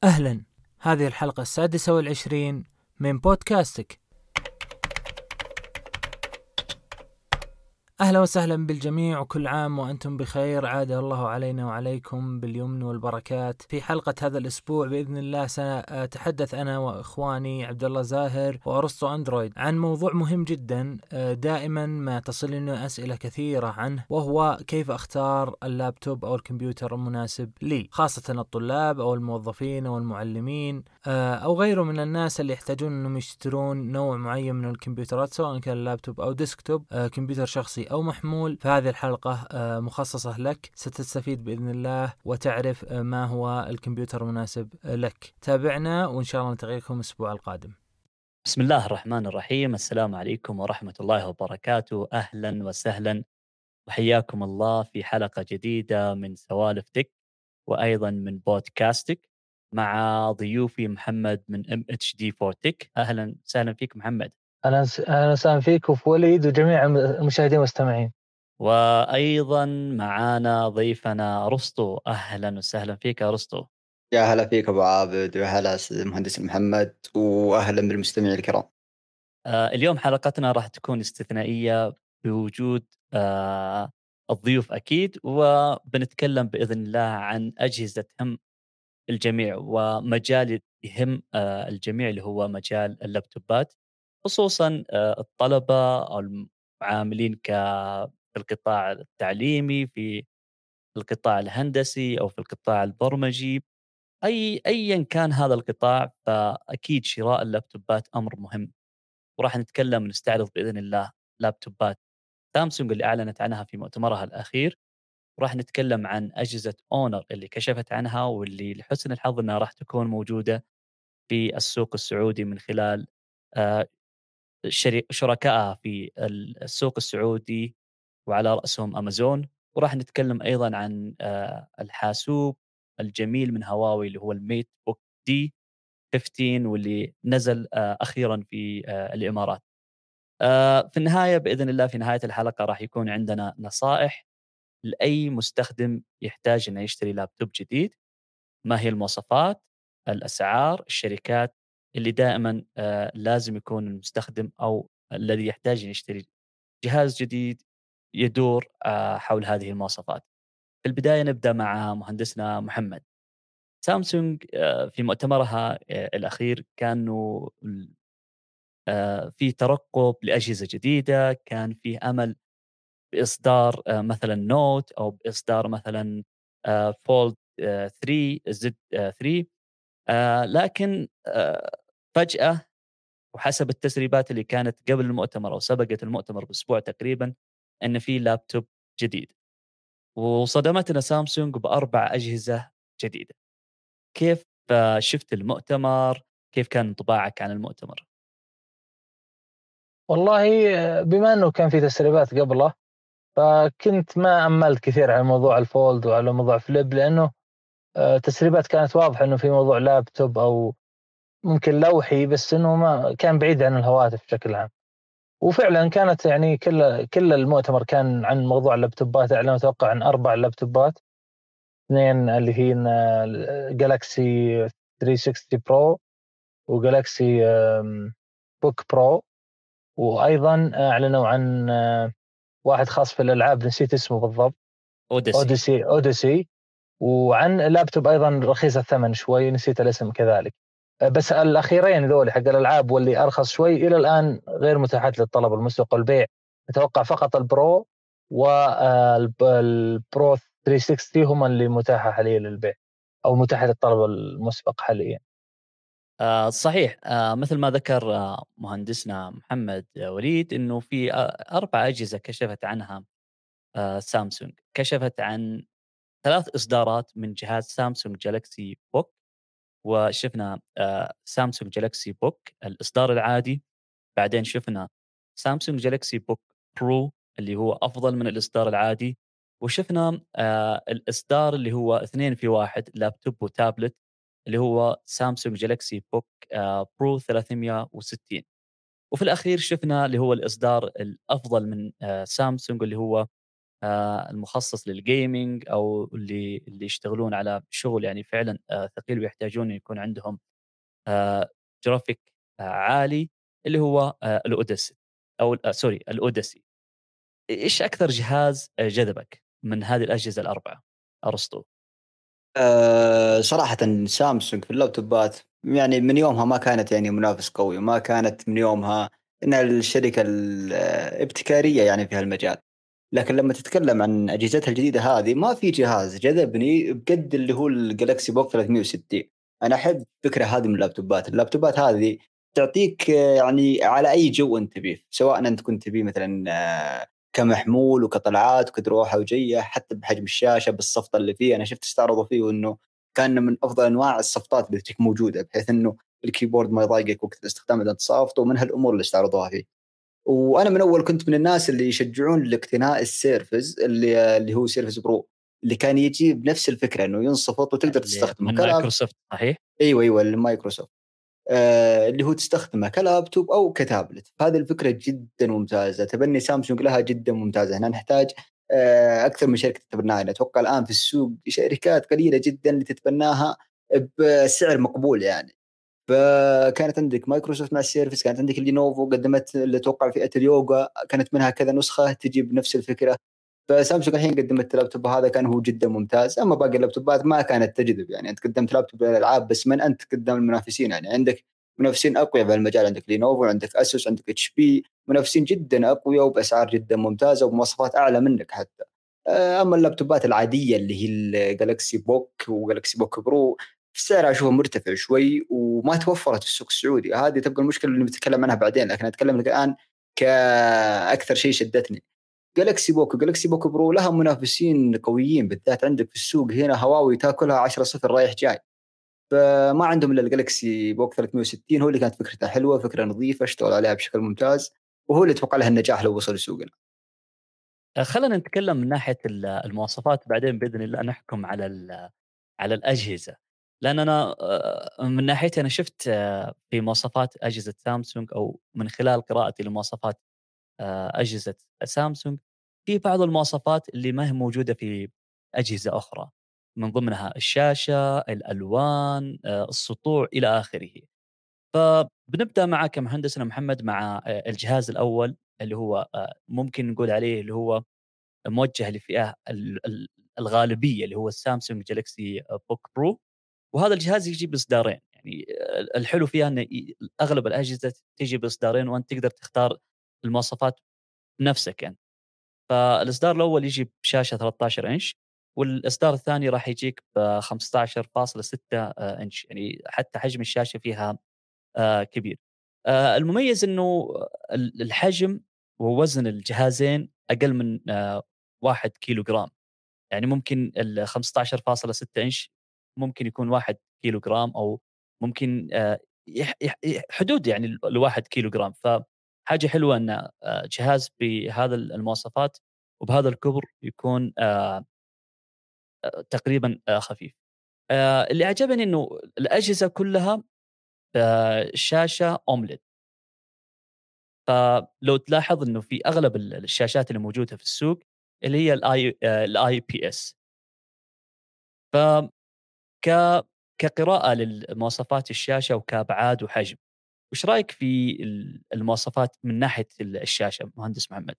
أهلا، هذه الحلقة 26 من بودكاستك. أهلا وسهلا بالجميع وكل عام وأنتم بخير. عاد الله علينا وعليكم باليمن والبركات. في حلقة هذا الأسبوع بإذن الله سأتحدث أنا وإخواني عبد الله زاهر وأرسطو أندرويد عن موضوع مهم جدا دائما ما تصلنا أسئلة كثيرة عنه، وهو كيف أختار اللابتوب أو الكمبيوتر المناسب لي، خاصة الطلاب أو الموظفين أو المعلمين أو غيره من الناس اللي يحتاجون أنهم يشترون نوع معين من الكمبيوترات، سواء كان لابتوب أو ديسكتوب، كمبيوتر شخصي أو محمول. فهذه الحلقة مخصصة لك، ستستفيد بإذن الله وتعرف ما هو الكمبيوتر المناسب لك. تابعنا وإن شاء الله نلتقيكم الأسبوع القادم. بسم الله الرحمن الرحيم. السلام عليكم ورحمة الله وبركاته. أهلا وسهلا وحياكم الله في حلقة جديدة من سوالف تك، وأيضا من بودكاستك، مع ضيوفي محمد من MHD4 تك. أهلا وسهلا فيك محمد. أهلا وسهلا فيك وفي وليد وجميع المشاهدين والمستمعين. وأيضا معنا ضيفنا رسطو. أهلا وسهلا فيك يا رسطو. يا هلا فيك أبو عابد، ويا هلا مهندس محمد، وأهلا بالمستمعين الكرام. اليوم حلقتنا راح تكون استثنائية بوجود الضيوف أكيد، وبنتكلم بإذن الله عن أجهزة تهم الجميع ومجال يهم الجميع، اللي هو مجال اللابتوبات، خصوصا الطلبة أو المعاملين في القطاع التعليمي، في القطاع الهندسي، أو في القطاع البرمجي. أيا كان هذا القطاع، فأكيد شراء اللابتوبات أمر مهم. وراح نتكلم ونستعرض بإذن الله لابتوبات سامسونج اللي أعلنت عنها في مؤتمرها الأخير، وراح نتكلم عن أجهزة أونر اللي كشفت عنها، واللي لحسن الحظ أنها راح تكون موجودة في السوق السعودي من خلال آه، شركائها في السوق السعودي، وعلى رأسهم أمازون. وراح نتكلم أيضا عن الحاسوب الجميل من هواوي اللي هو الميت بوك دي 15، واللي نزل أخيرا في الإمارات. في النهاية بإذن الله، في نهاية الحلقة راح يكون عندنا نصائح لأي مستخدم يحتاج إنه يشتري لابتوب جديد. ما هي المواصفات، الأسعار، الشركات اللي دائما لازم يكون المستخدم أو الذي يحتاج أن يشتري جهاز جديد يدور حول هذه المواصفات. في البداية نبدأ مع مهندسنا محمد. سامسونج في مؤتمرها الأخير كانوا في ترقب لأجهزة جديدة، كان في أمل بإصدار مثلًا نوت، أو بإصدار مثلًا فولد 3 زد 3. لكن فجأة، وحسب التسريبات اللي كانت قبل المؤتمر أو سبقت المؤتمر بأسبوع تقريبًا، إن في لابتوب جديد، وصدمتنا سامسونج ب4 أجهزة جديدة. كيف شفت المؤتمر؟ كيف كان انطباعك عن المؤتمر؟ والله بما أنه كان في تسريبات قبله، فكنت ما أملت كثير على موضوع الفولد وعلى موضوع فليب، لأنه تسريبات كانت واضحة أنه في موضوع لابتوب أو ممكن لوحي، بس أنه ما كان بعيد عن الهواتف بشكل عام. وفعلا كانت يعني كل المؤتمر كان عن موضوع اللابتوبات. أعلن أتوقع عن 4 لابتوبات، 2 اللي هي جالاكسي 360 برو وجالاكسي بوك برو، وأيضا أعلنوا عن واحد خاص في الألعاب نسيت اسمه بالضبط، أوديسي. أوديسي. وعن لابتوب أيضا رخيص الثمن شوي نسيت الاسم كذلك. بس الأخيرين ذول حق الألعاب واللي أرخص شوي إلى الآن غير متاحات للطلب المسبق والبيع. أتوقع فقط البرو والبرو 360 هم اللي متاحة حاليا للبيع أو متاحة للطلب المسبق حاليا. صحيح. مثل ما ذكر مهندسنا محمد وليد، إنه في 4 أجهزة كشفت عنها سامسونج. كشفت عن 3 إصدارات من جهاز سامسونج جالاكسي بوك، وشفنا سامسونج جالاكسي بوك الإصدار العادي، بعدين شفنا سامسونج جالاكسي بوك برو اللي هو أفضل من الإصدار العادي، وشفنا الإصدار اللي هو 2 في 1 لابتوب وتابلت، اللي هو سامسونج جالاكسي بوك برو 360. وفي الأخير شفنا اللي هو الإصدار الأفضل من سامسونج، اللي هو المخصص للجيمنج أو اللي يشتغلون على شغل يعني فعلًا ثقيل ويحتاجون يكون عندهم جرافيك عالي، اللي هو الأوديسي أو سوري الأوديسي. إيش أكثر جهاز جذبك من هذه الأجهزة ال4 أرسطو؟ صراحة سامسونج في اللابتوبات يعني من يومها ما كانت يعني منافس قوي، وما كانت من يومها إنها الشركة الابتكارية يعني في هالمجال. لكن لما تتكلم عن أجهزتها الجديدة هذه ما في جهاز جذبني بقد اللي هو الجلاكسي بوك 360. أنا أحب فكرة هذه من اللابتوبات هذه تعطيك يعني على أي جو أنت تبيه، سواء أنت كنت تبيه مثلا كمحمول وكطلعات وكدروحة وجية، حتى بحجم الشاشة بالصفطة اللي فيه. أنا شفت استعرضوا فيه وإنه كان من أفضل أنواع الصفطات اللي تجيك موجودة، بحيث إنه الكيبورد ما يضايقك وقت الاستخدام إذا أنت صافته، ومن هالأمور اللي استعرضوها فيه. وانا من اول كنت من الناس اللي يشجعون لاقتناء السيرفز اللي هو سيرفز برو، اللي كان يجي بنفس الفكره انه ينصفط وتقدر تستخدمه من كلاب. مايكروسوفت صحيح؟ ايوه المايكروسوفت. اللي هو تستخدمه كلابتوب او كتابلت. هذه الفكره جدا ممتازه، تبني سامسونج لها جدا ممتازه. هنا نحتاج اكثر من شركه تتبناها. اتوقع الان في السوق شركات قليله جدا اللي تتبناها بسعر مقبول يعني. فكانت عندك مايكروسوفت مع السيرفس، كانت عندك لينوفو قدمت اللي توقع فئة اليوغا، كانت منها كذا نسخة تجي بنفس الفكرة. فسامسونج الحين قدمت اللابتوب هذا كان هو جدا ممتاز. أما باقي اللابتوبات ما كانت تجذب، يعني أنت قدمت لابتوب للألعاب بس من أنت قدام المنافسين. يعني عندك منافسين أقوياء في المجال، عندك لينوفو، عندك أسوس، عندك اتش بي، منافسين جدا أقوياء وبأسعار جدا ممتازة وبمواصفات أعلى منك حتى. أما اللابتوبات العادية اللي هي الجالكسي بوك وجالكسي بوك برو سعرها أشوفه مرتفع شوي وما توفرت في السوق السعودي. هذه تبقى المشكلة اللي بنتكلم عنها بعدين، لكن أتكلم لك الآن كأكثر شيء شدتني. جالكسي بوك وجالكسي بوك برو لها منافسين قويين، بالذات عندك في السوق هنا هواوي تاكلها 10-0 رايح جاي. فما عندهم إلا الجالكسي بوك 360 هو اللي كانت فكرته حلوة، فكرة نظيفة، اشتغل عليها بشكل ممتاز، وهو اللي توقع لها النجاح لو وصل لسوقنا. خلّينا نتكلم من ناحية المواصفات، بعدين بإذن الله نحكم على الأجهزة. لأن أنا من ناحيتي أنا شُفت في مواصفات أجهزة سامسونج أو من خلال قراءتي لمواصفات أجهزة سامسونج، في بعض المواصفات اللي ما هي موجودة في أجهزة أخرى، من ضمنها الشاشة، الألوان، السطوع إلى آخره. فبنبدأ معك يا مهندسنا محمد مع الجهاز الأول اللي هو ممكن نقول عليه اللي هو موجه لفئة الغالبية، اللي هو السامسونج جالكسي بوك برو. وهذا الجهاز يجي بإصدارين، يعني الحلو فيها إن أغلب الأجهزة تيجي بإصدارين وأنت تقدر تختار المواصفات بنفسك يعني. فالإصدار الأول يجي بشاشة 13 إنش، والإصدار الثاني راح يجيك ب15.6 إنش، يعني حتى حجم الشاشة فيها كبير. المميز إنه الحجم ووزن الجهازين أقل من 1 كيلو جرام. يعني ممكن ال15.6 إنش ممكن يكون 1 كيلو جرام، أو ممكن حدود يعني ال1 كيلو جرام. فحاجة حلوة إن جهاز بهذا المواصفات وبهذا الكبر يكون تقريبًا خفيف. اللي عجبني إنه الأجهزة كلها شاشة AMOLED. فلو تلاحظ إنه في أغلب الشاشات اللي موجودة في السوق اللي هي الIPS. ف ك كقراءة للمواصفات الشاشة وكأبعاد وحجم، وش رأيك في المواصفات من ناحية الشاشة مهندس محمد؟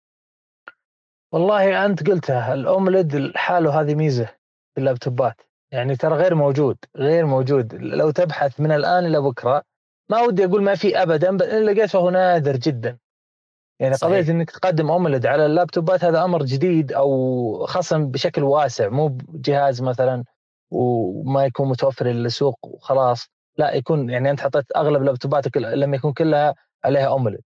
والله أنت قلتها، الأومليد لحاله هذه ميزة في اللابتوبات، يعني ترى غير موجود لو تبحث من الآن إلى بكرة. ما ودي أقول ما في أبدا، بس إن لقيته نادر جدا. يعني صحيح. قضية إنك تقدم أومليد على اللابتوبات هذا أمر جديد، أو خصم بشكل واسع، مو بجهاز مثلا وما يكون متوفر للسوق وخلاص. لا، يكون يعني أنت حطيت أغلب لابتوباتك لما يكون كلها عليها أومليد.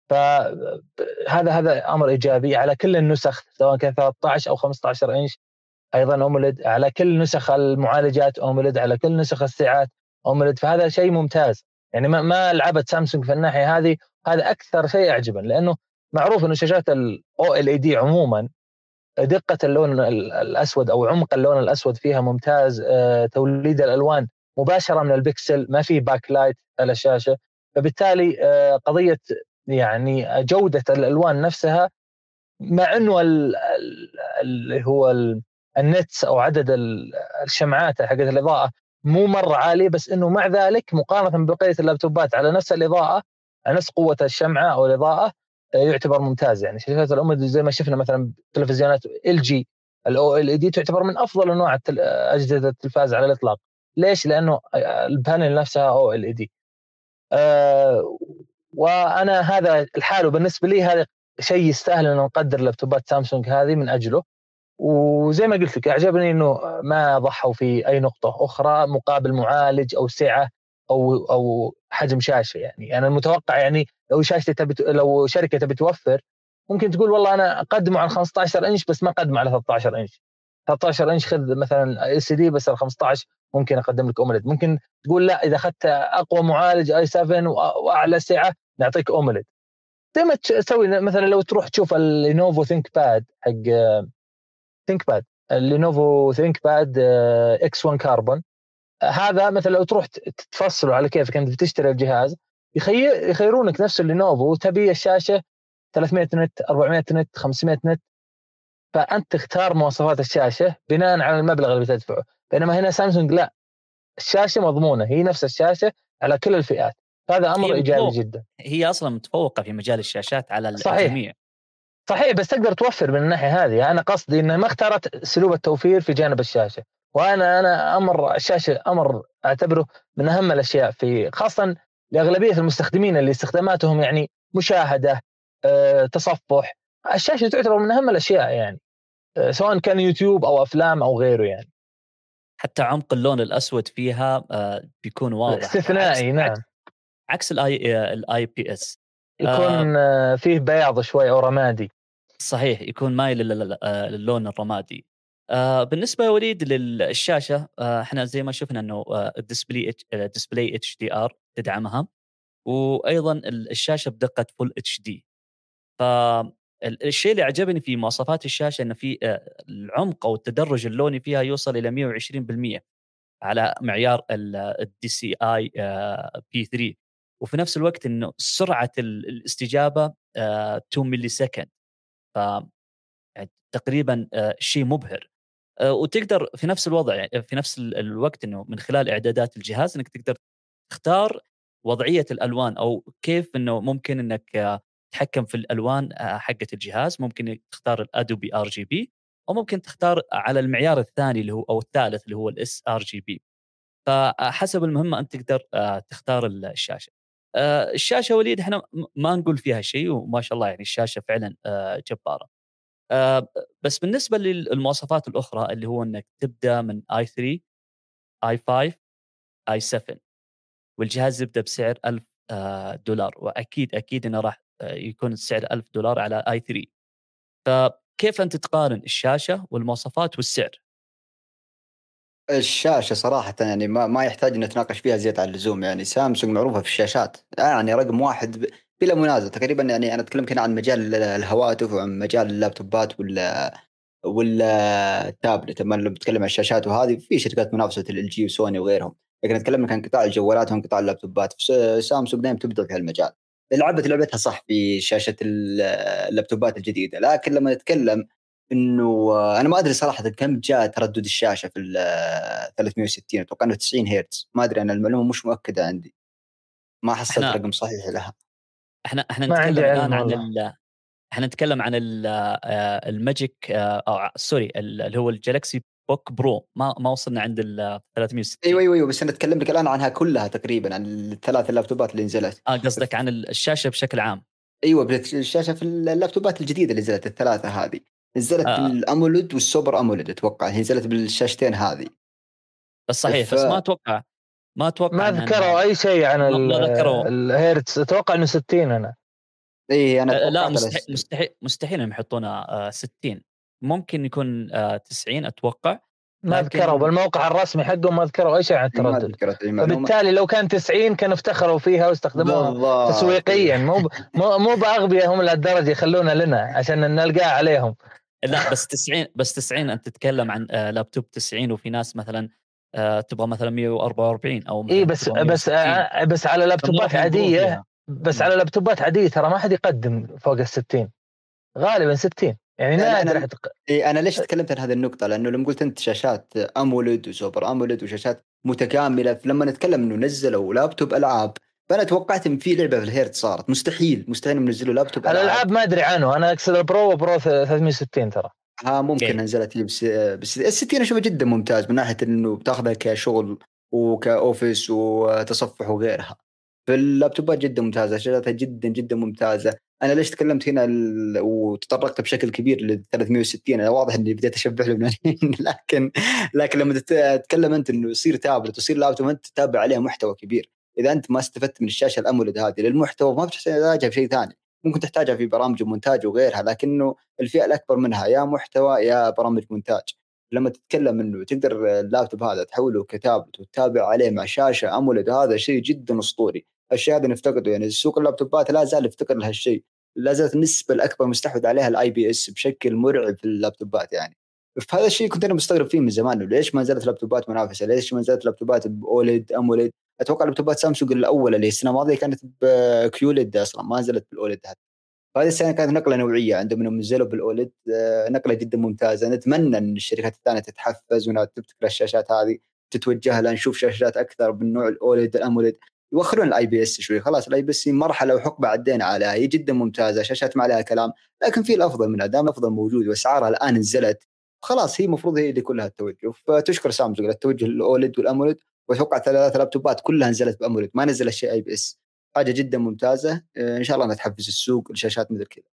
فهذا أمر إيجابي على كل النسخ، سواء كان 13 أو 15 إنش أيضا أومليد، على كل نسخ المعالجات أومليد، على كل نسخ الساعات أومليد. فهذا شيء ممتاز. يعني ما لعبت سامسونج في الناحية هذه. هذا أكثر شيء أعجبا، لأنه معروف أنه شاشات ال OLED عموما دقة اللون الأسود أو عمق اللون الأسود فيها ممتاز. توليد الألوان مباشرة من البكسل، ما في باك لايت على الشاشة. فبالتالي قضية يعني جودة الألوان نفسها مع انه اللي هو النتس او عدد الشمعات حقت الاضاءه مو مره عالي، بس انه مع ذلك مقارنه ببقيه اللابتوبات على نفس الاضاءه، على نفس قوه الشمعه او الاضاءه، يعتبر ممتاز. يعني شاشات الأموليد زي ما شفنا مثلا تلفزيونات LG OLED تعتبر من افضل انواع اجهزه التلفاز على الاطلاق. ليش؟ لانه البانل نفسها OLED. وانا هذا الحال، وبالنسبه لي هذا شيء يستاهل ان نقدر لابتوبات سامسونج هذه من اجله. وزي ما قلت لك اعجبني انه ما ضحوا في اي نقطه اخرى مقابل معالج او سعه او حجم شاشه. يعني انا المتوقع يعني لو شركه تبي توفر ممكن تقول والله انا اقدمه على 15 انش بس ما اقدمه على 13 انش. 13 انش خذ مثلا LCD، بس ال 15 ممكن اقدم لك اومليد. ممكن تقول لا اذا اخذت اقوى معالج i7 واعلى سعه نعطيك اومليد. زي ما تسوي مثلا لو تروح تشوف اللينوفو ثينك باد اللينوفو ثينك باد X1 كاربون. هذا مثلا لو تروح تفصله على كيفك انت بتشتري الجهاز، يخيرونك نفس اللينوفو، تبي الشاشه 300 نت 400 نت 500 نت، فانت تختار مواصفات الشاشه بناء على المبلغ اللي بتدفعه. بينما هنا سامسونج لا، الشاشه مضمونه، هي نفس الشاشه على كل الفئات. هذا امر ايجابي جدا. هي اصلا متفوقه في مجال الشاشات على صحيح. الجميع. صحيح، بس تقدر توفر من الناحيه هذه. انا قصدي انها ما اختارت اسلوب التوفير في جانب الشاشه. وانا امر الشاشه امر اعتبره من اهم الاشياء، في خاصه لاغلبيه المستخدمين اللي استخداماتهم يعني مشاهده، تصفح. الشاشه تعتبر من اهم الاشياء يعني، سواء كان يوتيوب او افلام او غيره. يعني حتى عمق اللون الاسود فيها بيكون واضح استثنائي. نعم، عكس الاي بي اس يكون فيه بياض شوي او رمادي. صحيح، يكون مايل للون الرمادي. بالنسبه يا وليد للشاشه، احنا زي ما شفنا انه الديسبلاي HDR تدعمها، وايضا الشاشه بدقه فول HD. فالشيء اللي عجبني في مواصفات الشاشه انه في العمق او التدرج اللوني فيها يوصل الى 120% على معيار DCI P3، وفي نفس الوقت انه سرعه الاستجابه 2 ملي سكند، ف تقريبا شيء مبهر. وتقدر في نفس الوضع، يعني في نفس الوقت انه من خلال اعدادات الجهاز انك تقدر تختار وضعيه الالوان، او كيف انه ممكن انك تتحكم في الالوان حقه الجهاز. ممكن تختار الادوبي RGB، او ممكن تختار على المعيار الثاني اللي هو او الثالث اللي هو sRGB. فحسب المهمه انت تقدر تختار الشاشه. الشاشه وليد احنا ما نقول فيها شيء، وما شاء الله يعني الشاشه فعلا جباره. بس بالنسبه للمواصفات الاخرى اللي هو انك تبدا من i3 i5 i7، والجهاز يبدا بسعر $1000، واكيد انه راح يكون السعر $1000 على i3. فكيف انت تقارن الشاشه والمواصفات والسعر؟ الشاشة صراحة يعني ما يحتاج نتناقش فيها زيادة عن اللزوم. يعني سامسونج معروفة في الشاشات، يعني رقم واحد بلا منازع تقريبا. يعني أنا أتكلم كنا عن مجال الهواتف وعن مجال اللابتوبات والتابلت. لما بتكلم عن الشاشات وهذه في شركات منافسة LG وسوني وغيرهم، لكن نتكلم عن قطاع الجوالات وقطاع اللابتوبات، سامسونج دائما تبدع في المجال. لعبتها صح في شاشة اللابتوبات الجديدة. لكن لما نتكلم انه انا ما ادري صراحه كم جاء تردد الشاشه في ال 360، اتوقع انه 90 هرتز. ما ادري، انا المعلومه مش مؤكده عندي، ما حصلت رقم صحيح لها. احنا نتكلم الان عن احنا نتكلم عن الماجيك او سوري اللي هو الجالكسي بوك برو. ما وصلنا عند ال 360. ايوه بس انا اتكلم لك الان عنها كلها تقريبا، عن الثلاث اللابتوبات اللي نزلت. قصدك عن الشاشه بشكل عام؟ ايوه، الشاشه في اللابتوبات الجديده اللي نزلت الثلاثه هذه، نزلت بالاموليد والسوبر اموليد. اتوقع هي نزلت بالشاشتين هذه بس صحيح. بس ما اتوقع ما ذكروا اي شيء عن الهيرتز. اتوقع انه 60. انا انا لا، مستحيل انهم يحطونها 60. ممكن يكون 90 اتوقع. ما ذكروا بالموقع الرسمي حقهم، ما ذكروا اي شيء عن التردد. فبالتالي لو كان 90 كانوا افتخروا فيها واستخدموها تسويقيا. مو باغبياء هم لهالدرجه يخلونا لنا عشان نلقاها عليهم. لا بس 90 انت تتكلم عن لابتوب 90، وفي ناس مثلا تبغى مثلا 144 او بس على لابتوبات عاديه. بس على لابتوبات عاديه ترى ما حد يقدم فوق ال60. غالبا 60 يعني نادر. انا ليش تكلمت عن هذه النقطه؟ لانه لما قلت انت شاشات اموليد وسوبر اموليد وشاشات متكامله، لما نتكلم انه نزلوا لابتوب العاب، فانا توقعت ان في لعبه في الهيرت صارت مستحيل ينزلوا لابتوب الالعاب ما ادري عنه. انا اقصد البرو وبرو 360 ترى. ممكن نزلت لي بس ال60 اشوفه جدا ممتاز من ناحيه انه بتاخذها كشغل وكاوفيس وتصفح وغيرها. فاللابتوبات جدا ممتازه، شاشاتها جدا جدا ممتازه. انا ليش تكلمت هنا وتطرقت بشكل كبير لل 360؟ انا واضح اني بديت اشبح له لكن لما تتكلم انت انه يصير تابلت ويصير لابتوب انت تتابع عليه محتوى كبير، اذا انت ما استفدت من الشاشه الاموليد هذه للمحتوى ما بتحتاجها في شيء ثاني. ممكن تحتاجها في برامج المونتاج وغيرها، لكنه الفئه الاكبر منها يا محتوى يا برامج مونتاج. لما تتكلم انه تقدر اللابتوب هذا تحوله كتابلت وتتابع عليه مع شاشه اموليد، هذا شيء جدا اسطوري. الشيء هذا نفتقده، يعني سوق اللابتوبات لا زال يفتقر لهالشيء، لا زالت النسبه الاكبر مستحوذ عليها الاي بي اس بشكل مرعب في اللابتوبات. يعني فهذا الشيء كنت انا مستغرب فيه من زمان، ليش ما زالت لابتوبات منافسه؟ ليش ما زالت لابتوبات باوليد اموليد؟ اتوقع لابتوبات سامسونج الاولى اللي السنه الماضيه كانت بكيوليد اصلا، ما نزلت بالاوليد. هذه السنة كانت نقلة نوعية عندما نزلوا بالأولد، نقلة جدا ممتازة. نتمنى أن الشركات الثانية تتحفز وتبتكر الشاشات هذه تتوجه لها، نشوف شاشات أكثر بالنوع الأولد الأمولد، يوخرون الاي بي اس شوي. خلاص الاي بي اس مرحلة وحقبة عدينا عليها، هي جدا ممتازة، شاشات ما عليها كلام، لكن في الأفضل منها، دام الأفضل موجود وأسعارها الآن نزلت خلاص، هي مفروض هي اللي كلها التوجه. فتشكر سامسونج للتوجه الأولد والأمولد، وأتوقع 3 لابتوبات كلها نزلت بأمولد، ما نزل الشيء اي بي اس. حاجة جدا ممتازة، إن شاء الله نتحفز السوق لشاشات مثل كذا.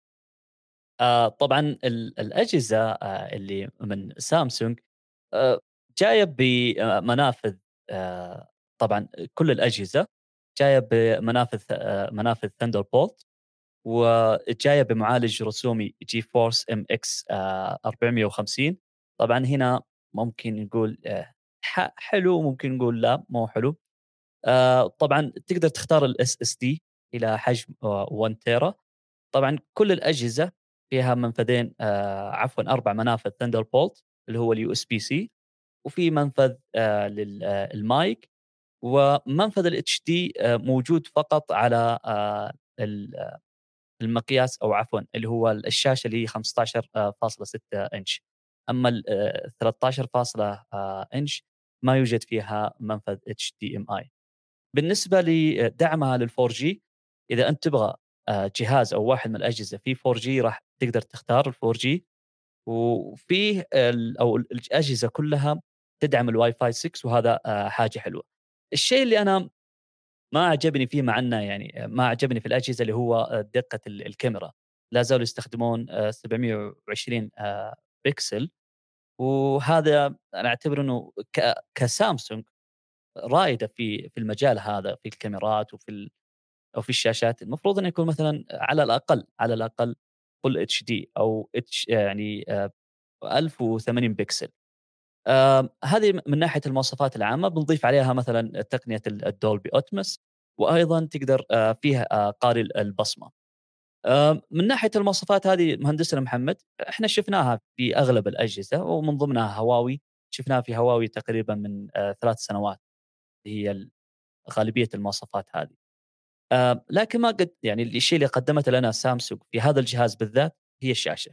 طبعا الأجهزة اللي من سامسونج جاية بمنافذ، طبعا كل الأجهزة جاية بمنافذ منافذ ثاندربولت، وجاية بمعالج رسومي جي فورس ام اكس 450. طبعا هنا ممكن نقول حلو، ممكن نقول لا مو حلو. طبعا تقدر تختار الاس اس دي الى حجم 1 تيرا. طبعا كل الاجهزه فيها منفذين، عفوا 4 منافذ ثاندربولت اللي هو اليو اس بي سي، وفي منفذ للمايك، ومنفذ الاتش دي موجود فقط على المقياس، او عفوا اللي هو الشاشه اللي هي 15.6 انش. اما ال 13 انش ما يوجد فيها منفذ اتش دي ام اي. بالنسبه لدعمها لل4 جي، اذا انت تبغى جهاز او واحد من الاجهزه فيه 4 جي راح تقدر تختار ال4 جي، وفيه او الاجهزه كلها تدعم الواي فاي 6، وهذا حاجه حلوه. الشيء اللي انا ما عجبني فيه، مع انه يعني ما عجبني في الاجهزه، اللي هو دقه الكاميرا. لا زالوا يستخدمون 720 بكسل، وهذا انا اعتبر انه كسامسونج رائده في المجال هذا، في الكاميرات او في الشاشات. المفروض انه يكون مثلا على الاقل فل اتش دي او اتش، يعني 1080 بكسل. هذه من ناحيه المواصفات العامه. بنضيف عليها مثلا تقنيه الدولبي اوتموس، وايضا تقدر فيها قارئ البصمه. من ناحيه المواصفات هذه مهندسنا محمد، احنا شفناها في اغلب الاجهزه، ومن ضمنها هواوي. شفناها في هواوي تقريبا من 3 سنوات، هي غالبيه المواصفات هذه. لكن ما قد يعني الشيء اللي قدمته لنا سامسونج في هذا الجهاز بالذات هي الشاشه.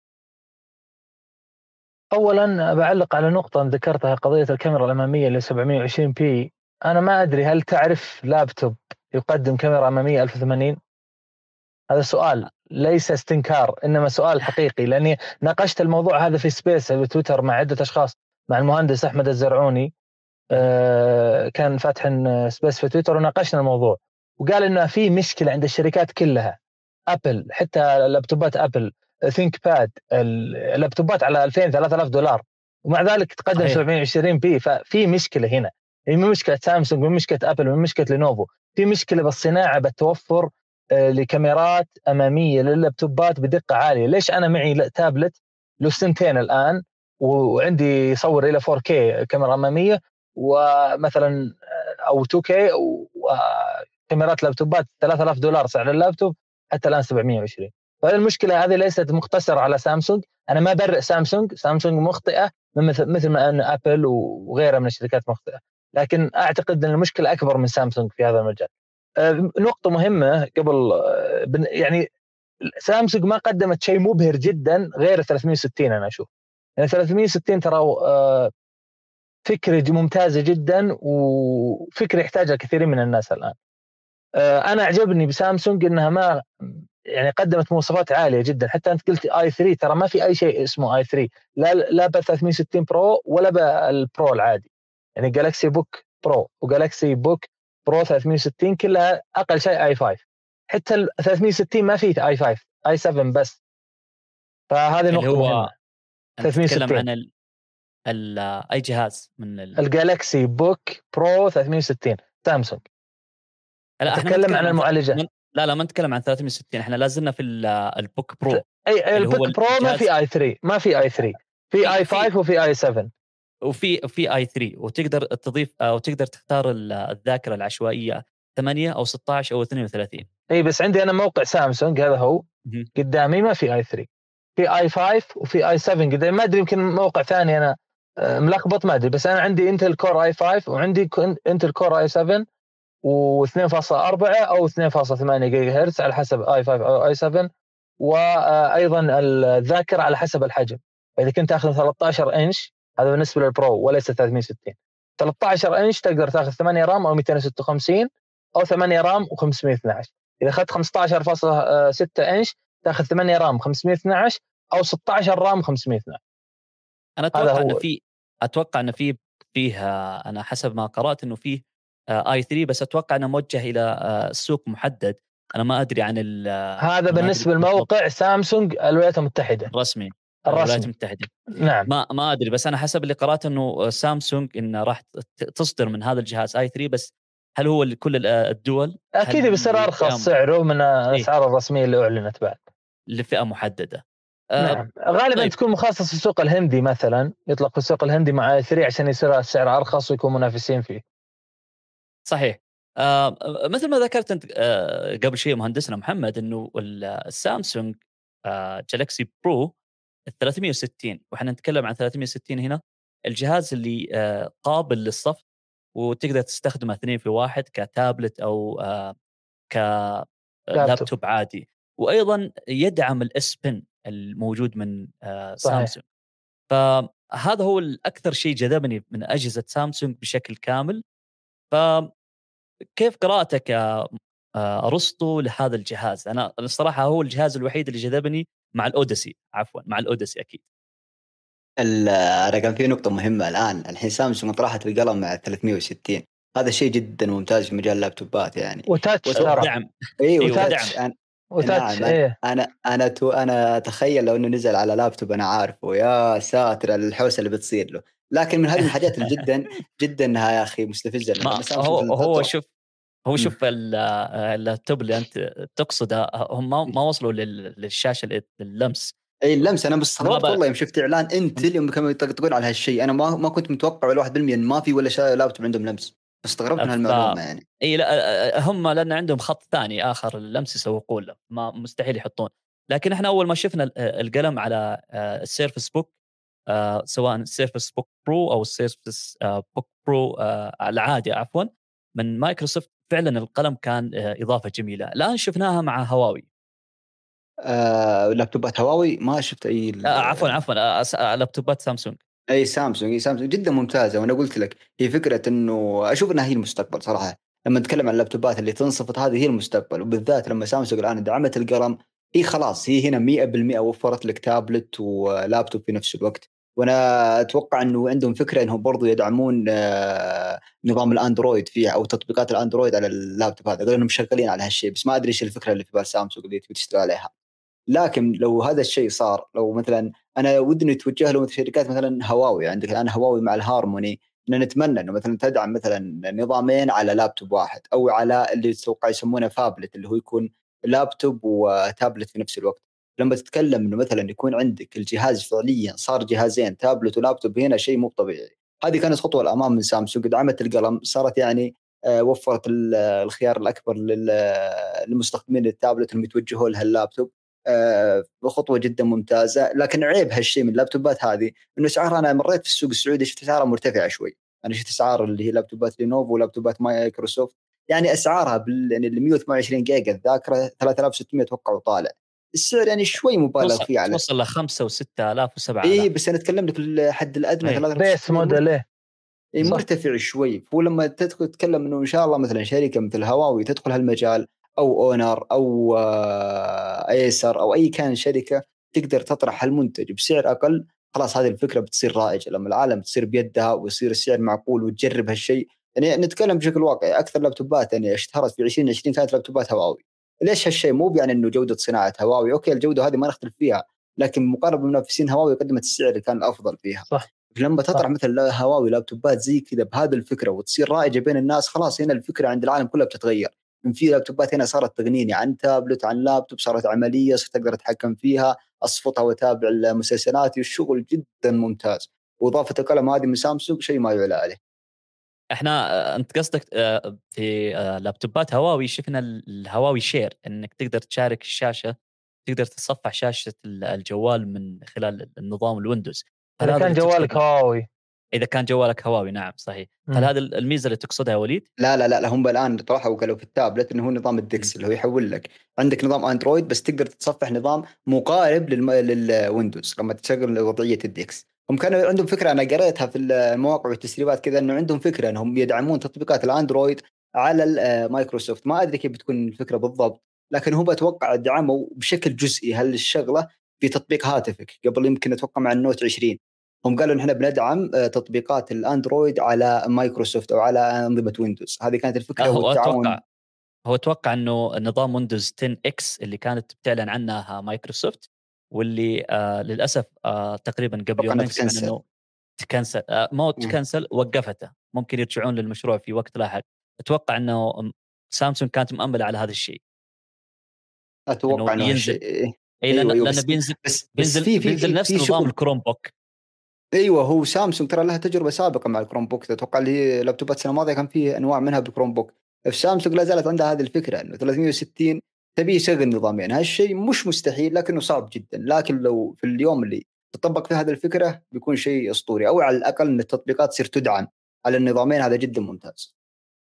اولا بعلق على نقطه ذكرتها، قضيه الكاميرا الاماميه ل 720 بي. انا ما ادري هل تعرف لابتوب يقدم كاميرا اماميه 1080؟ هذا سؤال ليس استنكار، انما سؤال حقيقي، لاني ناقشت الموضوع هذا في سبيس بتويتر مع عده اشخاص، مع المهندس احمد الزرعوني. كان فاتح سبيس في تويتر وناقشنا الموضوع، وقال انه في مشكله عند الشركات كلها، ابل حتى لابتوبات ابل ثينك باد، اللابتوبات على 2000 3000 دولار، ومع ذلك تقدم 720 بي. ففي مشكله هنا، هي مو مشكله سامسونج، مو مشكله ابل، مو مشكله لينوفو، في مشكله بالصناعه، بالتوفر لكاميرات اماميه لللابتوبات بدقه عاليه. ليش انا معي تابلت له سنتين الان وعندي يصور الى 4K كاميرا اماميه، ومثلا او 2K، وكاميرات لابتوبات 3000 دولار سعر اللابتوب، حتى الان 720. فهذه المشكله هذه ليست مقتصره على سامسونج. انا ما برئ سامسونج مخطئه مثل ما ان ابل وغيرها من الشركات مخطئه، لكن اعتقد ان المشكله اكبر من سامسونج في هذا المجال. نقطه مهمه قبل، يعني سامسونج ما قدمت شيء مبهر جدا غير 360. انا اشوف يعني 360 ترى فكرة ممتازة جدا وفكرة يحتاجها كثيرين من الناس الآن. أنا أعجبني بسامسونج إنها ما يعني قدمت مواصفات عالية جدا. حتى أنت قلت i3 ترى ما في أي شيء اسمه i3 لا ب 360 برو ولا بالبرو العادي. يعني جالكسي بوك برو وجالكسي بوك برو 360 كلها أقل شيء i5. حتى ال 360 ما فيه i5 i7 بس. فهذه اللي نقطة هو مهمة. أنت تتكلم 360 عن أي جهاز من الجالكسي بوك برو 360 سامسونج. لا احنا ما نتكلم نتكلم عن عن المعالجة. لا ما نتكلم عن 360. احنا لازلنا في البوك برو اي اللي هو البوك برو ما الجهاز. في i3 ما في i3 في في i5 وفي i7 وفي اي 3 وتقدر تضيف او تقدر تختار الذاكره العشوائيه 8 او 16 او 32. اي بس عندي انا موقع سامسونج هذا هو مهم. قدامي ما في i3 في i5 وفي i7 قدامي. ما ادري يمكن موقع ثاني انا ملخبط ما ادري. بس انا عندي انتل كور i5 وعندي انتل كور i7 و2.4 او 2.8 جيجا هرتز على حسب i5 او i7. وايضا الذاكره على حسب الحجم. اذا كنت تاخذ 13 انش هذا بالنسبه للبرو وليس 360. 13 انش تقدر تاخذ 8 رام او 256 او 8 رام و512. اذا اخذت 15.6 انش تاخذ 8 رام 512 او 16 رام 512. انا هذا اتوقع هو. اتوقع انه فيها انا حسب ما قرات انه فيه اي 3 بس اتوقع انه موجه الى سوق محدد. انا ما ادري عن هذا ما ادري بالنسبه لموقع سامسونج الولايات المتحده الرسمي الولايات الرسمي. المتحده. نعم ما ادري بس انا حسب اللي قرات انه سامسونج انه راح تصدر من هذا الجهاز اي 3 بس هل هو لكل الدول؟ اكيد بيصير ارخص سعره من الاسعار الرسميه اللي اعلنت بعد لفئه محدده. نعم غالبا طيب. تكون مخصص في السوق الهندي مثلا يطلق في السوق الهندي مع 3 عشان يصير السعر ارخص ويكون منافسين فيه. صحيح. مثل ما ذكرت انت قبل شيء مهندسنا محمد انه السامسونج جالاكسي برو ال 360 واحنا نتكلم عن 360 هنا الجهاز اللي قابل للصف وتقدر تستخدمه 2 في 1 كتابلت او كلابتوب عادي. وايضا يدعم الاس بن الموجود من سامسونج. فهذا هو الاكثر شيء جذبني من اجهزه سامسونج بشكل كامل. فكيف قراءتك يا ارسطو لهذا الجهاز؟ انا الصراحه هو الجهاز الوحيد اللي جذبني مع الاوديسي مع الاوديسي اكيد. انا كان في نقطه مهمه الحين سامسونج طرحت القلم مع 360. هذا شيء جدا ممتاز في مجال اللابتوبات يعني. وتاتش ترى. دعم. ايوه وتاتش. نعم. إيه؟ انا اتخيل لو انه نزل على لابتوب انا عارفه يا ساتر الحوسه اللي بتصير له. لكن من هذه الحاجات اللي جدا يا اخي مستفزه. هو شوف اللابتوب اللي انت تقصده هم ما وصلوا للشاشه اللمس. اي اللمس. انا مستغرب والله يوم شفت اعلان انتل يوم كانوا يطقطقون على هالشيء. انا ما كنت متوقع ولا 1% ان ما في ولا لابتوب عندهم لمس. استغربت من هالمعلومه يعني. اي لا هم لان عندهم خط ثاني اخر اللمس يسوقون له ما مستحيل يحطون. لكن احنا اول ما شفنا القلم على السيرفس بوك سواء السيرفس بوك برو او السيرفس بوك برو العادي عفوا من مايكروسوفت فعلا القلم كان اضافه جميله. الان شفناها مع هواوي. لابتوبات هواوي ما شفت اي عفوا لابتوبات سامسونج. اي سامسونج جدا ممتازه. وانا قلت لك هي فكره انه اشوف انها هي المستقبل صراحه. لما نتكلم عن اللابتوبات اللي تنصفط هذه هي المستقبل. وبالذات لما سامسونج الان دعمت القلم هي خلاص هي هنا 100% وفرت لك تابلت ولابتوب في نفس الوقت. وانا اتوقع انه عندهم فكره انهم برضو يدعمون نظام الاندرويد فيه او تطبيقات الاندرويد على اللابتوب هذا. انهم شغالين على هالشيء بس ما ادري ايش الفكره اللي في بال سامسونج اللي تشتغل عليها. لكن لو هذا الشيء صار لو مثلا انا ودني توجه له شركات مثلا هواوي. عندك الان هواوي مع الهارموني ان نتمنى انه مثلا تدعم مثلا نظامين على لابتوب واحد او على اللي يتوقع يسمونه فابلت اللي هو يكون لابتوب وتابلت في نفس الوقت. لما تتكلم انه مثلا يكون عندك الجهاز فعليا صار جهازين تابلت ولابتوب هنا شيء مو طبيعي. هذه كانت خطوه الامام من سامسونج. دعمت القلم صارت يعني وفرت الخيار الاكبر للمستخدمين التابلت انهم يتوجهوا لها اللابتوب. خطوه جدا ممتازه. لكن عيب هالشيء من اللابتوبات هذه انه اسعارها انا مريت في السوق السعودي شفت اسعارها مرتفعه شوي. انا شفت اسعار اللي هي لابتوبات لينوفو ولابتوبات مايكروسوفت يعني اسعارها يعني ال 128 جيجا الذاكره 3600 اتوقع وطالع. السعر يعني شوي مبالغ فيه على توصل ل 5 و6000 و7000. اي بس انا اتكلم لك الحد الادنى 3 بيس موديل مرتفع شوي. ولما تدخل تتكلم انه ان شاء الله مثلا شركه مثل هواوي تدخل هالمجال او اونر او ايسر او اي كان شركه تقدر تطرح هالمنتج بسعر اقل، خلاص هذه الفكره بتصير رائجه لما العالم تصير بيدها ويصير السعر معقول وتجرب هالشيء. يعني نتكلم بشكل واقعي اكثر لابتوبات يعني اشتهرت في 2020 كانت لابتوبات هواوي. ليش هالشيء؟ مو يعني انه جوده صناعه هواوي اوكي الجوده هذه ما نختلف فيها، لكن مقارنه بمنافسين هواوي قدمت السعر اللي كان الافضل فيها. صح. لما تطرح مثل هواوي لابتوبات زي كذا بهذه الفكره وتصير رائجه بين الناس، خلاص هنا الفكره عند العالم كلها بتتغير. من في لابتوبات هنا صارت تغنيني عن تابلت عن لابتوب، صارت عمليه، صرت اقدر اتحكم فيها، اصفطها واتابع المسلسلات، والشغل جدا ممتاز. واضافه القلم هذه من سامسونج شيء ما يعلى عليه. احنا انت قصدك في لابتوبات هواوي شفنا الهواوي شير، انك تقدر تشارك الشاشه، تقدر تتصفح شاشه الجوال من خلال النظام الويندوز. إذا كان جوالك هواوي. إذا كان جوالك هواوي نعم صحيح. هل هذا الميزة اللي تقصدها يا وليد؟ لا هم الآن طرحوا وقالوا في التابلت إنه هو نظام الدكس اللي هو يحول لك عندك نظام أندرويد بس تقدر تتصفح نظام مقارب للويندوز لما تشغل وضعية الدكس. هم كانوا عندهم فكرة أنا قريتها في المواقع والتسريبات كذا إنه عندهم فكرة إنهم يدعمون تطبيقات الأندرويد على مايكروسوفت. ما أدري كيف بتكون الفكرة بالضبط، لكن هو بتوقع دعموا بشكل جزئي هالشغلة في تطبيق هاتفك قبل يمكن أتوقع مع النوت 20. هم قالوا إن إحنا بندعم تطبيقات الأندرويد على مايكروسوفت أو على أنظمة ويندوز. هذه كانت الفكرة والتعاون. هو أتوقع إنه نظام ويندوز 10 إكس اللي كانت بتعلن عنها مايكروسوفت واللي للأسف تقريبا قبل يومين سمعنا إنه تكنسل، ما تكنسل وقفته، ممكن يرجعون للمشروع في وقت لاحق. أتوقع إنه سامسونج كانت مؤملة على هذا الشيء. أتوقع إنه ينزل أيوة لأنه بينزل نفس نظام الكروم بوك. ايوه هو سامسونج ترى لها تجربه سابقه مع الكروم بوك. اتوقع اللي لابتوبات السنه الماضيه كان فيه انواع منها بالكروم بوك. في سامسونج لا زالت عندها هذه الفكره انه 360 تبي يشغل نظامين. هالشيء مش مستحيل لكنه صعب جدا، لكن لو في اليوم اللي تطبق فيه هذه الفكره بيكون شيء اسطوري، او على الاقل ان التطبيقات تصير تدعم على النظامين. هذا جدا ممتاز.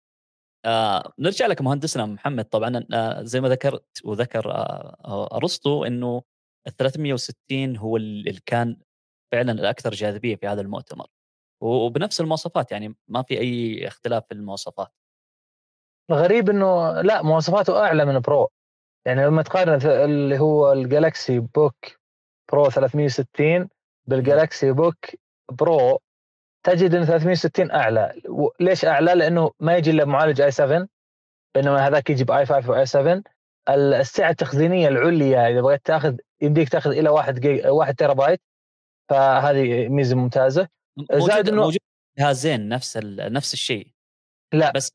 نرجع لك مهندسنا محمد. طبعا زي ما ذكرت وذكر ارسطو انه ال 360 هو اللي كان فعلا الاكثر جاذبيه في هذا المؤتمر، وبنفس المواصفات، يعني ما في اي اختلاف في المواصفات. الغريب انه لا مواصفاته اعلى من برو. يعني لما تقارن اللي هو الجالكسي بوك برو 360 بالجالكسي بوك برو تجد ان 360 اعلى. ليش اعلى؟ لانه ما يجي الا معالج i7 بينما هذاك يجي باي 5 واي 7. السعه التخزينيه العليا اذا بغيت تاخذ يمديك تاخذ الى 1 تيرا بايت، فهذه ميزه ممتازه. زائد انه موجود جهازين نفس الشيء. لا بس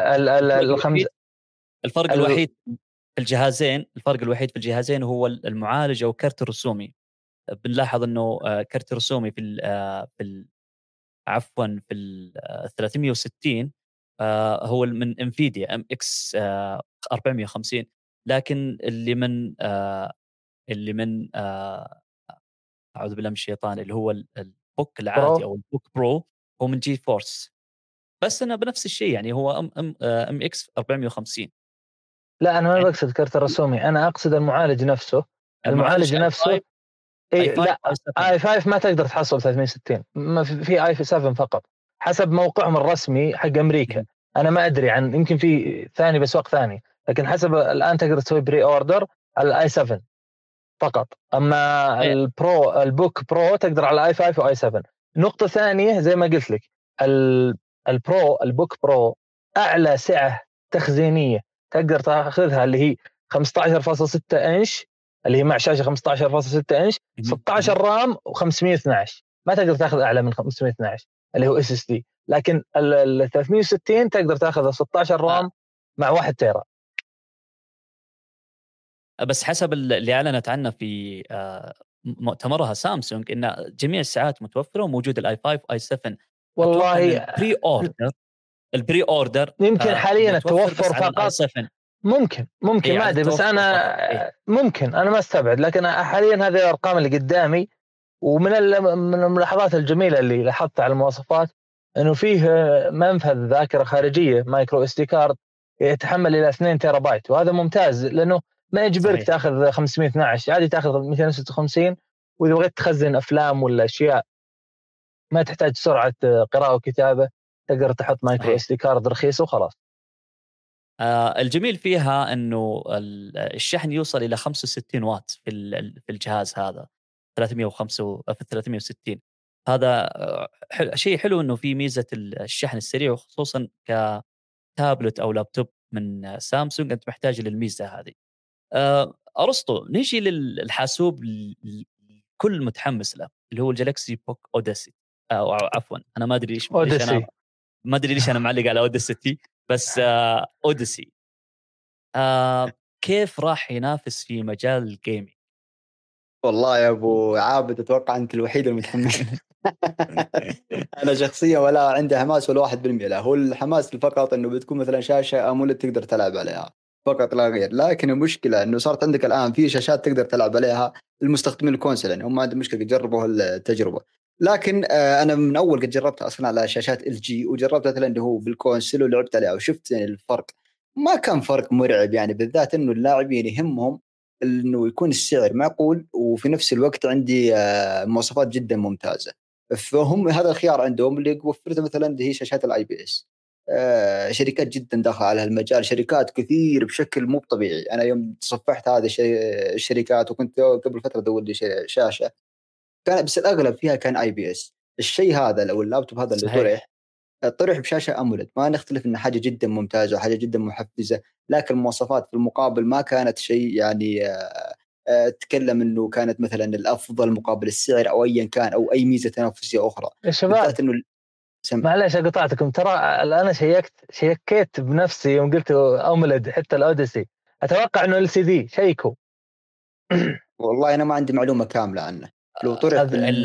الفرق الوحيد في الجهازين هو المعالج او الكرت الرسومي. بنلاحظ انه كرت رسومي في عفوا في ال 360 هو من انفيديا ام اكس 450، لكن اللي من اعوذ بالله من الشيطان اللي هو البوك العادي او البوك برو هو من جي فورس. بس انا بنفس الشيء يعني هو ام اكس 450. لا انا ما بقصد كرت الرسومي، انا اقصد المعالج نفسه. المعالج نفسه لا اي 5 ما تقدر تحصل 360، ما في اي 7 فقط حسب موقعهم الرسمي حق امريكا. انا ما ادري عن يمكن في ثاني بس وقت ثاني، لكن حسب الان تقدر تسوي بري اوردر على الاي 7 فقط. اما البرو البوك برو تقدر على اي 5 واي 7. نقطه ثانيه زي ما قلت لك البرو البوك برو اعلى سعه تخزينيه تقدر تاخذها اللي هي 15.6 انش اللي هي مع شاشه 15.6 انش 16 رام و512. ما تقدر تاخذ اعلى من 512 اللي هو اس اس دي. لكن ال 360 تقدر تاخذ 16 رام مع 1 تيرا. بس حسب اللي اعلنت عنه في مؤتمرها سامسونج ان جميع الساعات متوفره وموجود الاي 5 اي 7. والله البري اوردر يمكن حاليا التوفر فقط ممكن ما ادري، بس انا ممكن انا ما استبعد. لكن حاليا هذه الارقام اللي قدامي. ومن الملاحظات الجميله اللي لاحظتها على المواصفات انه فيه منفذ ذاكره خارجيه مايكرو اس دي كارد يتحمل الى 2 تيرا بايت، وهذا ممتاز لانه ما يجبرك صحيح. تاخذ 512 عادي، تاخذ 256. واذا بغيت تخزن افلام ولا اشياء ما تحتاج سرعه قراءه وكتابه، تقدر تحط مايكرو صحيح. SD كارد رخيص وخلاص. الجميل فيها انه الشحن يوصل الى 65 واط في الجهاز هذا 305 في 360. هذا شيء حلو انه في ميزه الشحن السريع، وخصوصا كتابلت او لابتوب من سامسونج انت محتاج للميزه هذه. ارسطو، نيجي للحاسوب الكل متحمس له اللي هو الجالكسي بوك اوديسي، او عفوا انا ما ادري ليش انا ما ادري ليش انا معلق على اوديسي، بس اوديسي كيف راح ينافس في مجال الجيمنج؟ والله يا ابو عابد اتوقع انت الوحيد المتحمس. انا شخصيا ولا عندي حماس ولا 1%. لا، هو الحماس فقط انه بتكون مثلا شاشه اموليد تقدر تلعب عليها فقط لا غير. لكن المشكله انه صارت عندك الان في شاشات تقدر تلعب عليها المستخدمين الكونسول، يعني هم ما عندهم مشكله يجربوا التجربه. لكن انا من اول قد جربتها اصلا على شاشات LG، وجربتها مثلا اللي هو بالكونسول ولعبت عليها وشفت يعني الفرق. ما كان فرق مرعب يعني، بالذات انه اللاعبين يهمهم انه يكون السعر معقول وفي نفس الوقت عندي مواصفات جدا ممتازه. فهم هذا الخيار عندهم اللي وفرته مثلا هي شاشات الIPS. شركات جدا داخله على المجال، شركات كثير بشكل مو طبيعي. انا يوم تصفحت هذه الشركات وكنت قبل فتره ادور لي شاشه، كان بس الاغلب فيها كان IPS. الشيء هذا لو اللابتوب هذا اللي صحيح. طرح بشاشه اموليد، ما نختلف ان حاجه جدا ممتازه وحاجه جدا محفزه، لكن المواصفات في المقابل ما كانت شيء يعني تكلم انه كانت مثلا الافضل مقابل السعر او ايا كان او اي ميزه تنافسيه اخرى. يا شباب بالذات انه معلش قطعتكم، ترى انا شيكت بنفسي يوم قلت أمولد حتى الأوديسي، اتوقع انه LCD. شيكوا. والله انا ما عندي معلومه كامله عنه. لو طرح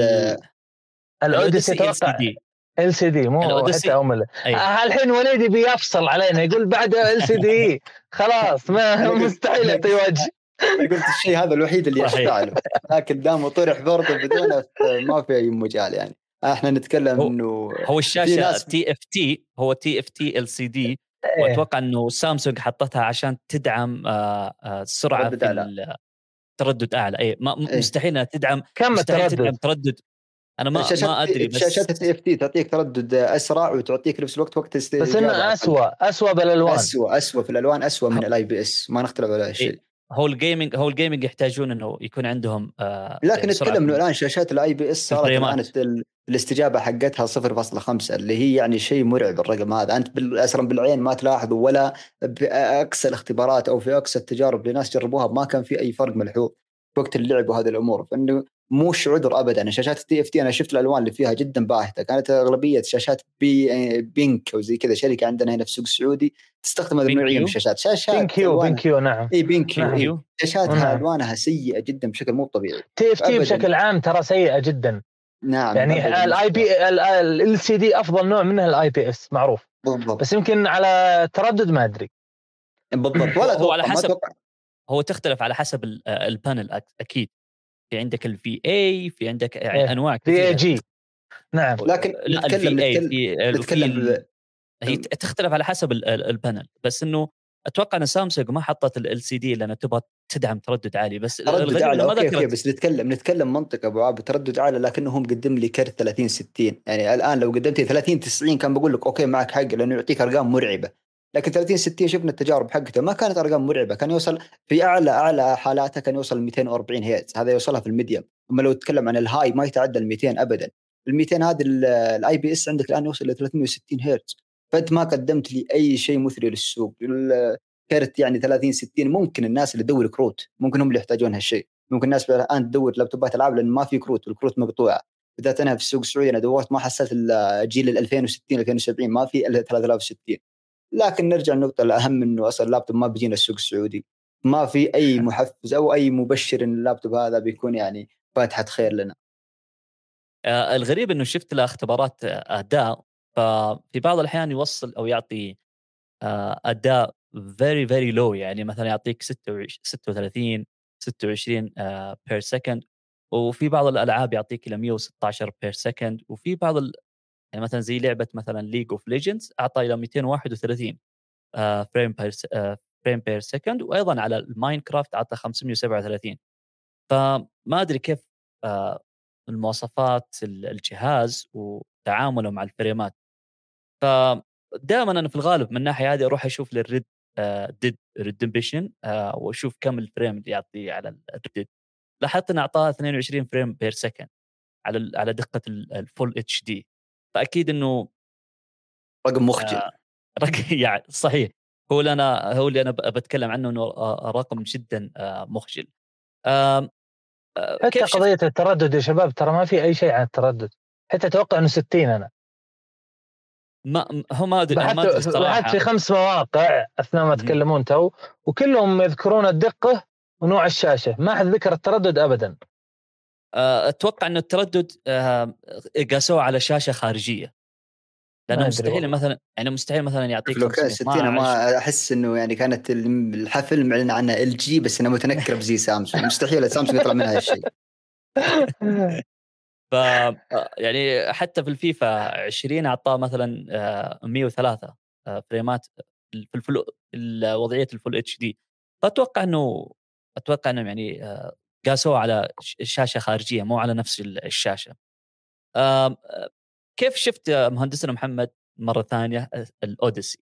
الأوديسي اتوقع LCD مو حتى أمولد. الحين وليدي بيفصل علينا يقول بعد LCD خلاص ما مستحيل يعطي وجه. قلت الشيء هذا الوحيد اللي يشفع له، لكن دام طرح برضه بدونه ما في اي مجال. يعني احنا نتكلم انه هو الشاشه TFT، هو TFT LCD، واتوقع انه سامسونج حطتها عشان تدعم سرعه في تردد اعلى. اي مستحيل انها تدعم، مستحيل تدعم تردد. انا ما ادري، بس شاشات TFT تعطيك تردد اسرع وتعطيك نفس الوقت بس انه اسوء بالالوان، اسوء في الالوان، اسوء من الIPS، ما نختلف على هالشيء. هو الجيمنج يحتاجون انه يكون عندهم لكن نتكلم انه الان شاشات الIPS صارت الان الاستجابه حقتها 0.5 اللي هي يعني شيء مرعب. الرقم هذا انت اصلا بالعين ما تلاحظه، ولا باقصى الاختبارات او في اقصى التجارب لناس جربوها ما كان في اي فرق ملحوظ وقت اللعب وهذه الامور. فانه مش عذر ابدا. شاشات TFT انا شفت الالوان اللي فيها جدا باهته، كانت اغلبيه شاشات بينك او زي كذا. شركه عندنا هنا في السوق السعودي تستخدم هذه النوعيه من الشاشات. بينكيو نعم. بينكيو شاشاتها الوانها سيئه جدا بشكل مو طبيعي. TFT بشكل عام ترى سيئه جدا. نعم، يعني LCD افضل نوع منها الIPS معروف بالضبط. بس يمكن على تردد ما ادري بالضبط. ولا هو على حسب، هو تختلف على حسب البانل اكيد. في عندك الVA، في عندك يعني انواع كثيره VAG. نعم، لكن نتكلم هي تختلف على حسب البانل. بس انه اتوقع ان سامسونج ما حطت LCD لانها تبغى تدعم تردد عالي. بس تردد اعلى اوكي بس نتكلم منطقه ابو عابد، تردد اعلى لكنه مقدم لي كرت 3060. يعني الان لو قدمت لي 3090 كان بقول لك اوكي معك حق، لانه يعطيك ارقام مرعبه. لكن 3060 شفنا التجارب حقته ما كانت ارقام مرعبه، كان يوصل في اعلى حالاته كان يوصل 240 هرتز، هذا يوصلها في الميديم. اما لو تتكلم عن الهاي ما يتعدى ال 200 ابدا. ال 200 هذا الIPS عندك الان يوصل ل 360 هرتز، فانت ما قدمت لي اي شيء مثري للسوق. كرت يعني 3060 ممكن الناس اللي تدور كروت ممكن هم اللي يحتاجون هالشيء. ممكن الناس الان تدور لابتوبات العاب لان ما في كروت والكروت مقطوعه. بدأت انا في السوق السعودي انا دورت ما حصلت الجيل 2060 2070 ما في الا 3060. لكن نرجع للنقطه الاهم انه اصلا اللابتوب ما بيجينا السوق السعودي، ما في اي محفز او اي مبشر ان اللابتوب هذا بيكون يعني فاتحه خير لنا. الغريب انه شفت له اختبارات اداء، ففي بعض الاحيان يوصل او يعطي اداء very very low. يعني مثلا يعطيك 36 26 بير سكند، وفي بعض الالعاب يعطيك الى 116 بير سكند، وفي بعض يعني مثلا زي لعبه مثلا ليج اوف ليجندز اعطى الى 231 فريم فريم بير سكند، وايضا على الماينكرافت عطى 537. فما ادري كيف المواصفات الجهاز وتعامله مع الفريمات. فدائما انا في الغالب من الناحيه هذه اروح اشوف للريد ديد ريدمبشن واشوف كم الفريم اللي يعطيه على الريد. لاحظت انه اعطاه 22 فريم بير سكند على دقه الفول اتش دي. فاكيد انه رقم مخجل. يعني صحيح، هو اللي انا بتكلم عنه، انه رقم جدا مخجل. حتى كيف قضية التردد يا شباب ترى ما في أي شيء عن التردد، حتى أتوقع إنه 60. أنا ما أدري بحثت الصراحة. في 5 مواقع أثناء ما تكلمون تو، وكلهم يذكرون الدقة ونوع الشاشة، ما حد ذكر التردد أبدا. أتوقع إنه التردد قاسوه على شاشة خارجية، لأنه مستحيل مثلا يعطيك 60. ما أحس إنه يعني كانت الحفل معلن عنها LG، بس أنا متنكر بزي سامسونج. مستحيل سامسونج يطلع منها هالشيء. ف يعني حتى في الفيفا 20 أعطاه مثلا 103 فريمات في وضعية الفول اتش دي. فأتوقع إنه يعني قاسوه على شاشة خارجية مو على نفس الشاشة. كيف شفت مهندسنا محمد مرة ثانية الأوديسي؟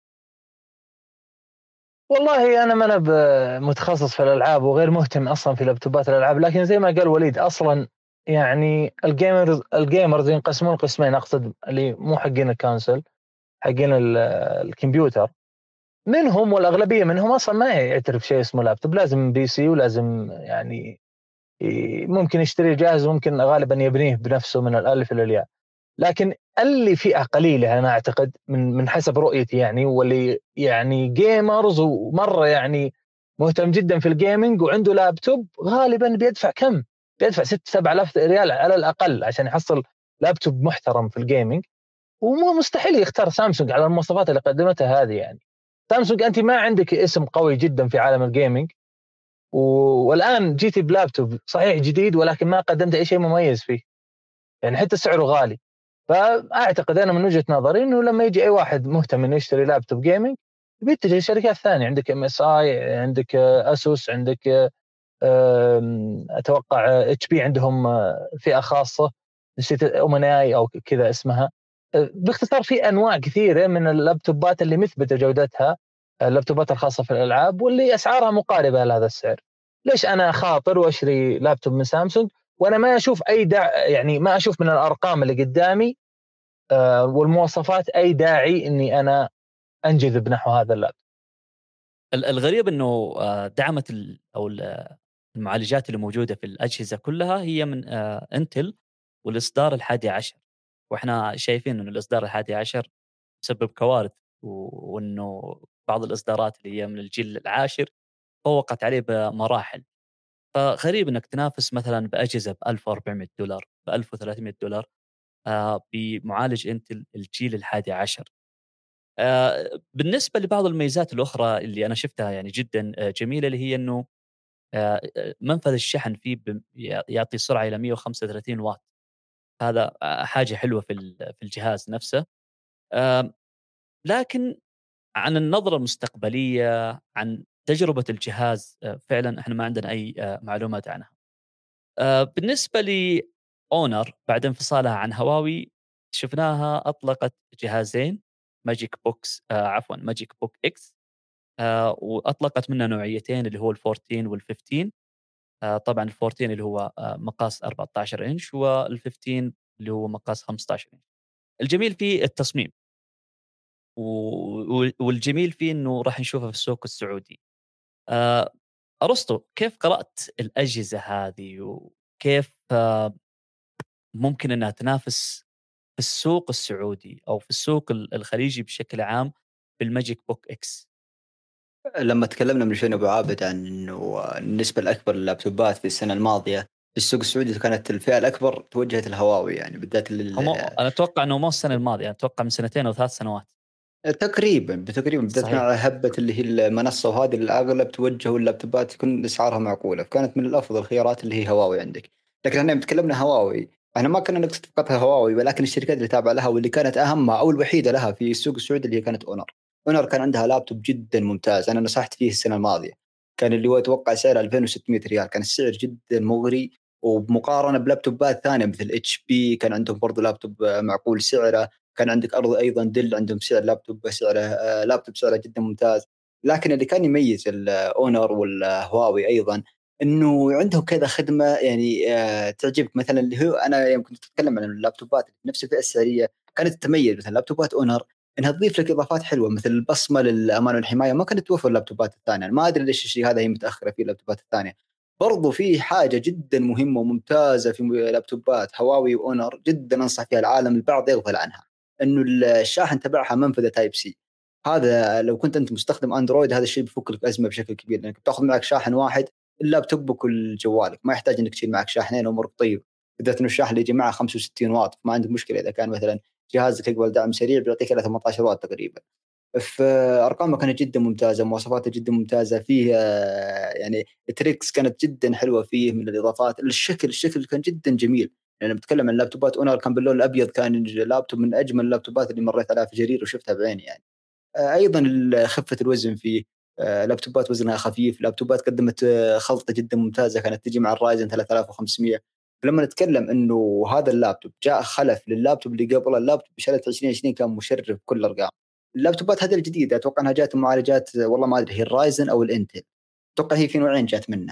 والله أنا ما متخصص في الألعاب، وغير مهتم أصلا في لابتوبات الألعاب، لكن زي ما قال وليد أصلا يعني الجيمرز ينقسمون قسمين، أقصد اللي مو حقين الكونسل، حقين الكمبيوتر منهم، والأغلبية منهم أصلا ما يعترف شيء اسمه لابتوب، لازم PC، ولازم يعني ممكن يشتري جاهز، وممكن غالبا يبنيه بنفسه من الألف إلى الياء. لكن اللي فئة قليلة أنا أعتقد من حسب رؤيتي يعني، واللي يعني جيمرز ومرة يعني مهتم جدا في الجيمينج وعنده لابتوب، غالبا بيدفع 6-7 آلاف ريال على الأقل عشان يحصل لابتوب محترم في الجيمينج. ومو مستحيل يختار سامسونج على المواصفات اللي قدمتها هذه. يعني سامسونج أنت ما عندك اسم قوي جدا في عالم الجيمينج، والآن جيتي بلابتوب صحيح جديد ولكن ما قدمت أي شيء مميز فيه، يعني حتى سعره غالي. فأعتقد أنا من وجهة نظري إنه لما يجي أي واحد مهتم إنه يشتري لابتوب جيمينج بيتجه لشركات ثانية. عندك MSI، عندك أسوس، عندك أتوقع HP عندهم فئة خاصة، نسيت أومناي أو كذا اسمها. باختصار في أنواع كثيرة من اللابتوبات اللي مثبتة جودتها، اللابتوبات الخاصة في الألعاب، واللي أسعارها مقاربة لهذا السعر. ليش أنا خاطر وأشتري لابتوب من سامسونج وأنا ما أشوف يعني ما أشوف من الأرقام اللي قدامي والمواصفات أي داعي إني أنا أنجذب نحو هذا اللابتوب. الغريب إنه دعمت أو المعالجات اللي موجودة في الأجهزة كلها هي من انتل والإصدار 11، وإحنا شايفين إنه الإصدار 11 سبب كوارث، وإنه بعض الإصدارات اللي هي من الجيل العاشر فوقت عليه بمراحل. فغريب إنك تنافس مثلا بأجهزة $1400 $1300 بمعالج انتل الجيل 11. بالنسبة لبعض الميزات الأخرى اللي أنا شفتها يعني جدا جميلة، اللي هي أنه منفذ الشحن فيه يعطي سرعة إلى 135 واط. هذا حاجة حلوة في الجهاز نفسه. لكن عن النظرة المستقبلية عن تجربة الجهاز، فعلا احنا ما عندنا أي معلومات عنها. بالنسبة لأونر بعد انفصالها عن هواوي، شفناها أطلقت جهازين ماجيك بوك إكس، وأطلقت منها نوعيتين اللي هو ال14 وال15. طبعا ال14 اللي هو مقاس 14 إنش، وال15 اللي هو مقاس 15 إنش. الجميل فيه التصميم، والجميل فيه أنه راح نشوفه في السوق السعودي. أرسطو، كيف قرأت الأجهزة هذه، وكيف ممكن أنها تنافس في السوق السعودي أو في السوق الخليجي بشكل عام بالماجيك بوك إكس؟ لما تكلمنا من شوي أبو عابد عن أنه النسبة الأكبر لللابتوبات في السنة الماضية في السوق السعودي كانت الفئة الأكبر توجهت الهواوي، يعني بالذات أنا أتوقع أنه مو السنة الماضية، أنا أتوقع من 2 أو 3 سنوات تقريبا بدأت مع هبة اللي هي المنصة، وهذه الأغلب توجهوا اللابتوبات تكون أسعارها معقولة، فكانت من الأفضل الخيارات اللي هي هواوي عندك. لكن احنا تكلمنا هواوي، احنا ما كنا نقصد فقط هواوي، ولكن الشركات اللي تابعة لها واللي كانت أهمها أو الوحيدة لها في السوق السعودي اللي هي كانت أونر. اونر كان عندها لابتوب جدا ممتاز، انا نصحت فيه السنه الماضيه، كان اللي هو اتوقع سعره 2600 ريال، كان السعر جدا مغري، وبمقارنه بلابتوبات ثانيه مثل اتش بي كان عندهم برضو لابتوب معقول سعره، كان عندك ايضا دل عندهم سعر لابتوب سعره جدا ممتاز. لكن اللي كان يميز الاونر والهواوي ايضا انه عندهم كذا خدمه يعني تعجبك، مثلا اللي هو انا يوم كنت اتكلم عن اللابتوبات نفس الفئه السعريه كانت تتميز، مثلا لابتوبات اونر انها تضيف لك اضافات حلوه مثل البصمه للامان والحمايه، ما كانت توفر اللابتوبات الثانيه، ما ادري ليش الشيء هذا هي متاخره في اللابتوبات الثانيه. برضو في حاجه جدا مهمه وممتازه في لابتوبات هواوي واونر جدا انصح فيها العالم، البعض يغفل عنها، انه الشاحن تبعها منفذه تايب سي. هذا لو كنت انت مستخدم اندرويد هذا الشيء بيفك لك ازمه بشكل كبير، لانك بتاخذ معك شاحن واحد اللابتوب وكل جوالك، ما يحتاج انك تشيل معك شاحنين وامورك طيب، بالذات انه الشاحن اللي يجي معه 65 واط، ما عندك مشكله اذا كان مثلا جهازك يقبل دعم سريع بيعطيك الى 18 واط تقريبا. في ارقامه كانت جدا ممتازه، مواصفاته جدا ممتازه، فيه يعني تريكس كانت جدا حلوه فيه من الاضافات، الشكل كان جدا جميل، يعني بتكلم عن لابتوبات اونر كان باللون الابيض، كان لابتوب من اجمل اللابتوبات اللي مريت عليها في جرير وشفتها بعيني يعني. ايضا خفه الوزن فيه، لابتوبات وزنها خفيف، لابتوبات قدمت خلطه جدا ممتازه كانت تجي مع الرايزن 3500. فلما نتكلم انه هذا اللابتوب جاء خلف لللابتوب اللي قبله، اللابتوب بسنه 2020 كان مشرف بكل الارقام. اللابتوبات هذه الجديده اتوقع انها جات معالجات والله ما ادري هي الرايزن او الانتل، اتوقع هي في نوعين جات منه،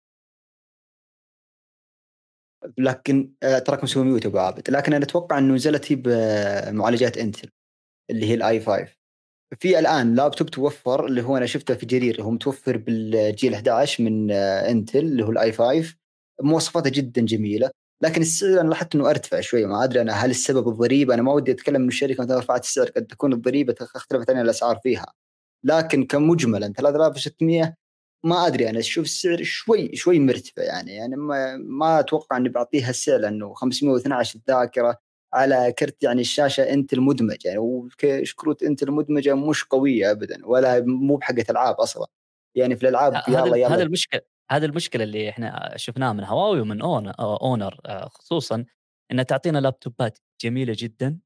لكن تراكم سوي ميوت ابو عابد، لكن انا اتوقع انه نزلت هي بمعالجات انتل اللي هي الاي 5. في الان لابتوب توفر اللي هو انا شفته في جرير، هو متوفر بالجيل 11 من انتل اللي هو الاي 5، مواصفاته جدا جميله، لكن السعر انا لاحظت انه ارتفع شويه، ما ادري انا هل السبب الضريبه، انا ما ودي اتكلم من الشركه مثلا رفعت السعر، قد تكون الضريبه اختلفت عن الاسعار فيها، لكن كمجملا 3600 ما ادري، انا اشوف السعر شوي مرتفع يعني ما اتوقع اني بعطيها السعر، لانه 512 الذاكره على كرت يعني الشاشه انتل مدمج، يعني وكروت انتل مدمجه مش قويه ابدا، ولا مو بحقه العاب اصلا، يعني في الالعاب هذا يلا المشكله، هذا المشكله اللي احنا شفناها من هواوي ومن اونر خصوصا، انها تعطينا لابتوبات جميله جدا،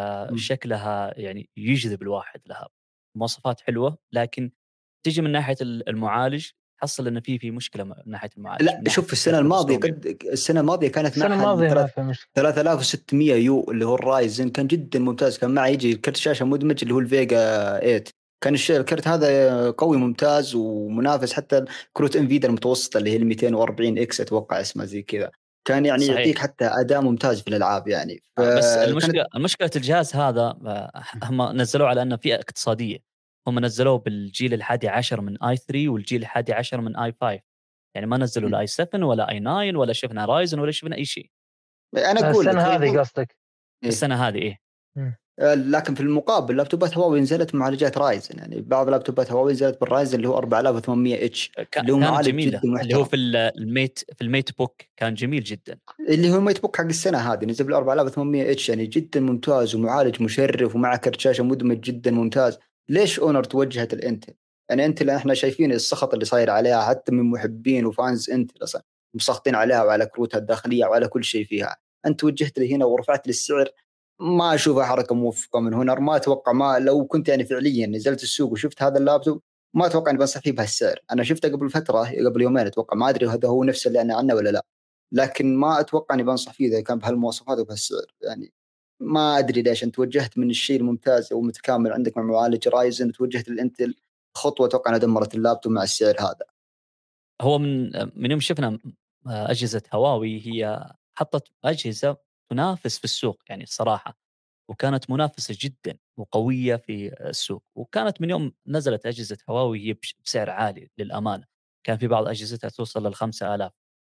شكلها يعني يجذب الواحد لها، مواصفات حلوه، لكن تيجي من ناحيه المعالج تحصل ان في مشكله من ناحيه المعالج، لا شوف السنه الماضيه كانت السنه معها الماضيه ما في مشكله 3600 يو اللي هو الرايزن، كان جدا ممتاز، كان معه يجي كرت شاشه مدمج اللي هو الفيجا 8، كان الكرت هذا قوي ممتاز ومنافس حتى كروت انفيدا المتوسطه اللي هي ال 240 اكس اتوقع اسمها زي كذا، كان يعني صحيح. يعطيك حتى اداء ممتاز في الالعاب يعني. بس المشكله الجهاز هذا هم نزلوه على انه فئه اقتصاديه، هم نزلوه بالجيل الحادي عشر من اي 3 والجيل الحادي عشر من اي 5، يعني ما نزلوا الاي 7 ولا اي 9 ولا شفنا رايزن ولا شفنا اي شيء. انا اقول لك السنه هذه قصدك السنه هذه ايه. لكن في المقابل لابتوبات هواوي نزلت معالجات رايزن، يعني بعض لابتوبات هواوي نزلت بالرايزن اللي هو 4800 اتش اللي هو معالج جميلة. جدا محترم، اللي هو في الميت بوك كان جميل جدا، اللي هو الميت بوك حق السنه هذه نزل بال 4800 اتش، يعني جدا ممتاز ومعالج مشرف ومع كرت شاشه مدمج جدا ممتاز. ليش اونر توجهت الانتل؟ يعني انتل احنا شايفين السخط اللي صاير عليها حتى من محبين وفانز انتل اصلا مسخطين عليها وعلى كروتها الداخليه وعلى كل شيء فيها، انت وجهت لي هنا ورفعت لي السعر، ما اشوفها حركه موفقه من هنا، ما اتوقع، ما لو كنت يعني فعليا نزلت السوق وشفت هذا اللابتوب ما اتوقع اني بنصح فيه بهالسعر، انا شفته قبل فتره قبل يومين اتوقع، ما ادري هذا هو نفسه اللي انا عنه ولا لا، لكن ما اتوقع اني بنصح فيه اذا كان بهالمواصفات وبهالسعر، يعني ما ادري ليش انت توجهت من الشيء الممتاز ومتكامل عندك مع معالج رايزن وتوجهت للانتل، خطوه اتوقع انها دمرت اللابتوب مع السعر هذا. هو من يوم شفنا أجهزة هواوي هي حطت أجهزة تنافس في السوق يعني الصراحة، وكانت منافسة جدا وقوية في السوق، وكانت من يوم نزلت أجهزة هواوي هي بسعر عالي للأمانة، كان في بعض أجهزتها توصل لل5000،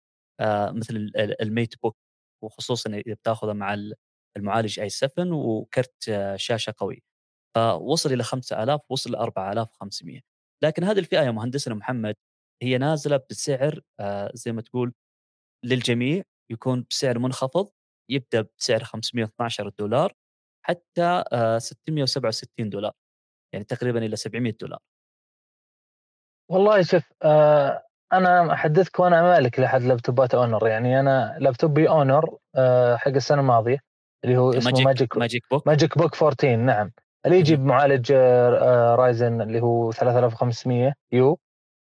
مثل الميت بوك، وخصوصا إذا بتاخذه مع المعالج اي 7 وكرت شاشة قوي، فوصل إلى 5000، وصل ل 4500. لكن هذه الفئة يا مهندسنا محمد هي نازلة بسعر زي ما تقول للجميع، يكون بسعر منخفض، يبدأ بسعر $512 حتى $667، يعني تقريبا إلى $700. والله شوف انا احدثك وانا مالك لحد لابتوبات اونر، يعني انا لابتوبي اونر حق السنه الماضيه اللي هو اسمه ماجيك بوك. ماجيك بوك 14 نعم. اللي يجيب معالج رايزن اللي هو 3500 يو،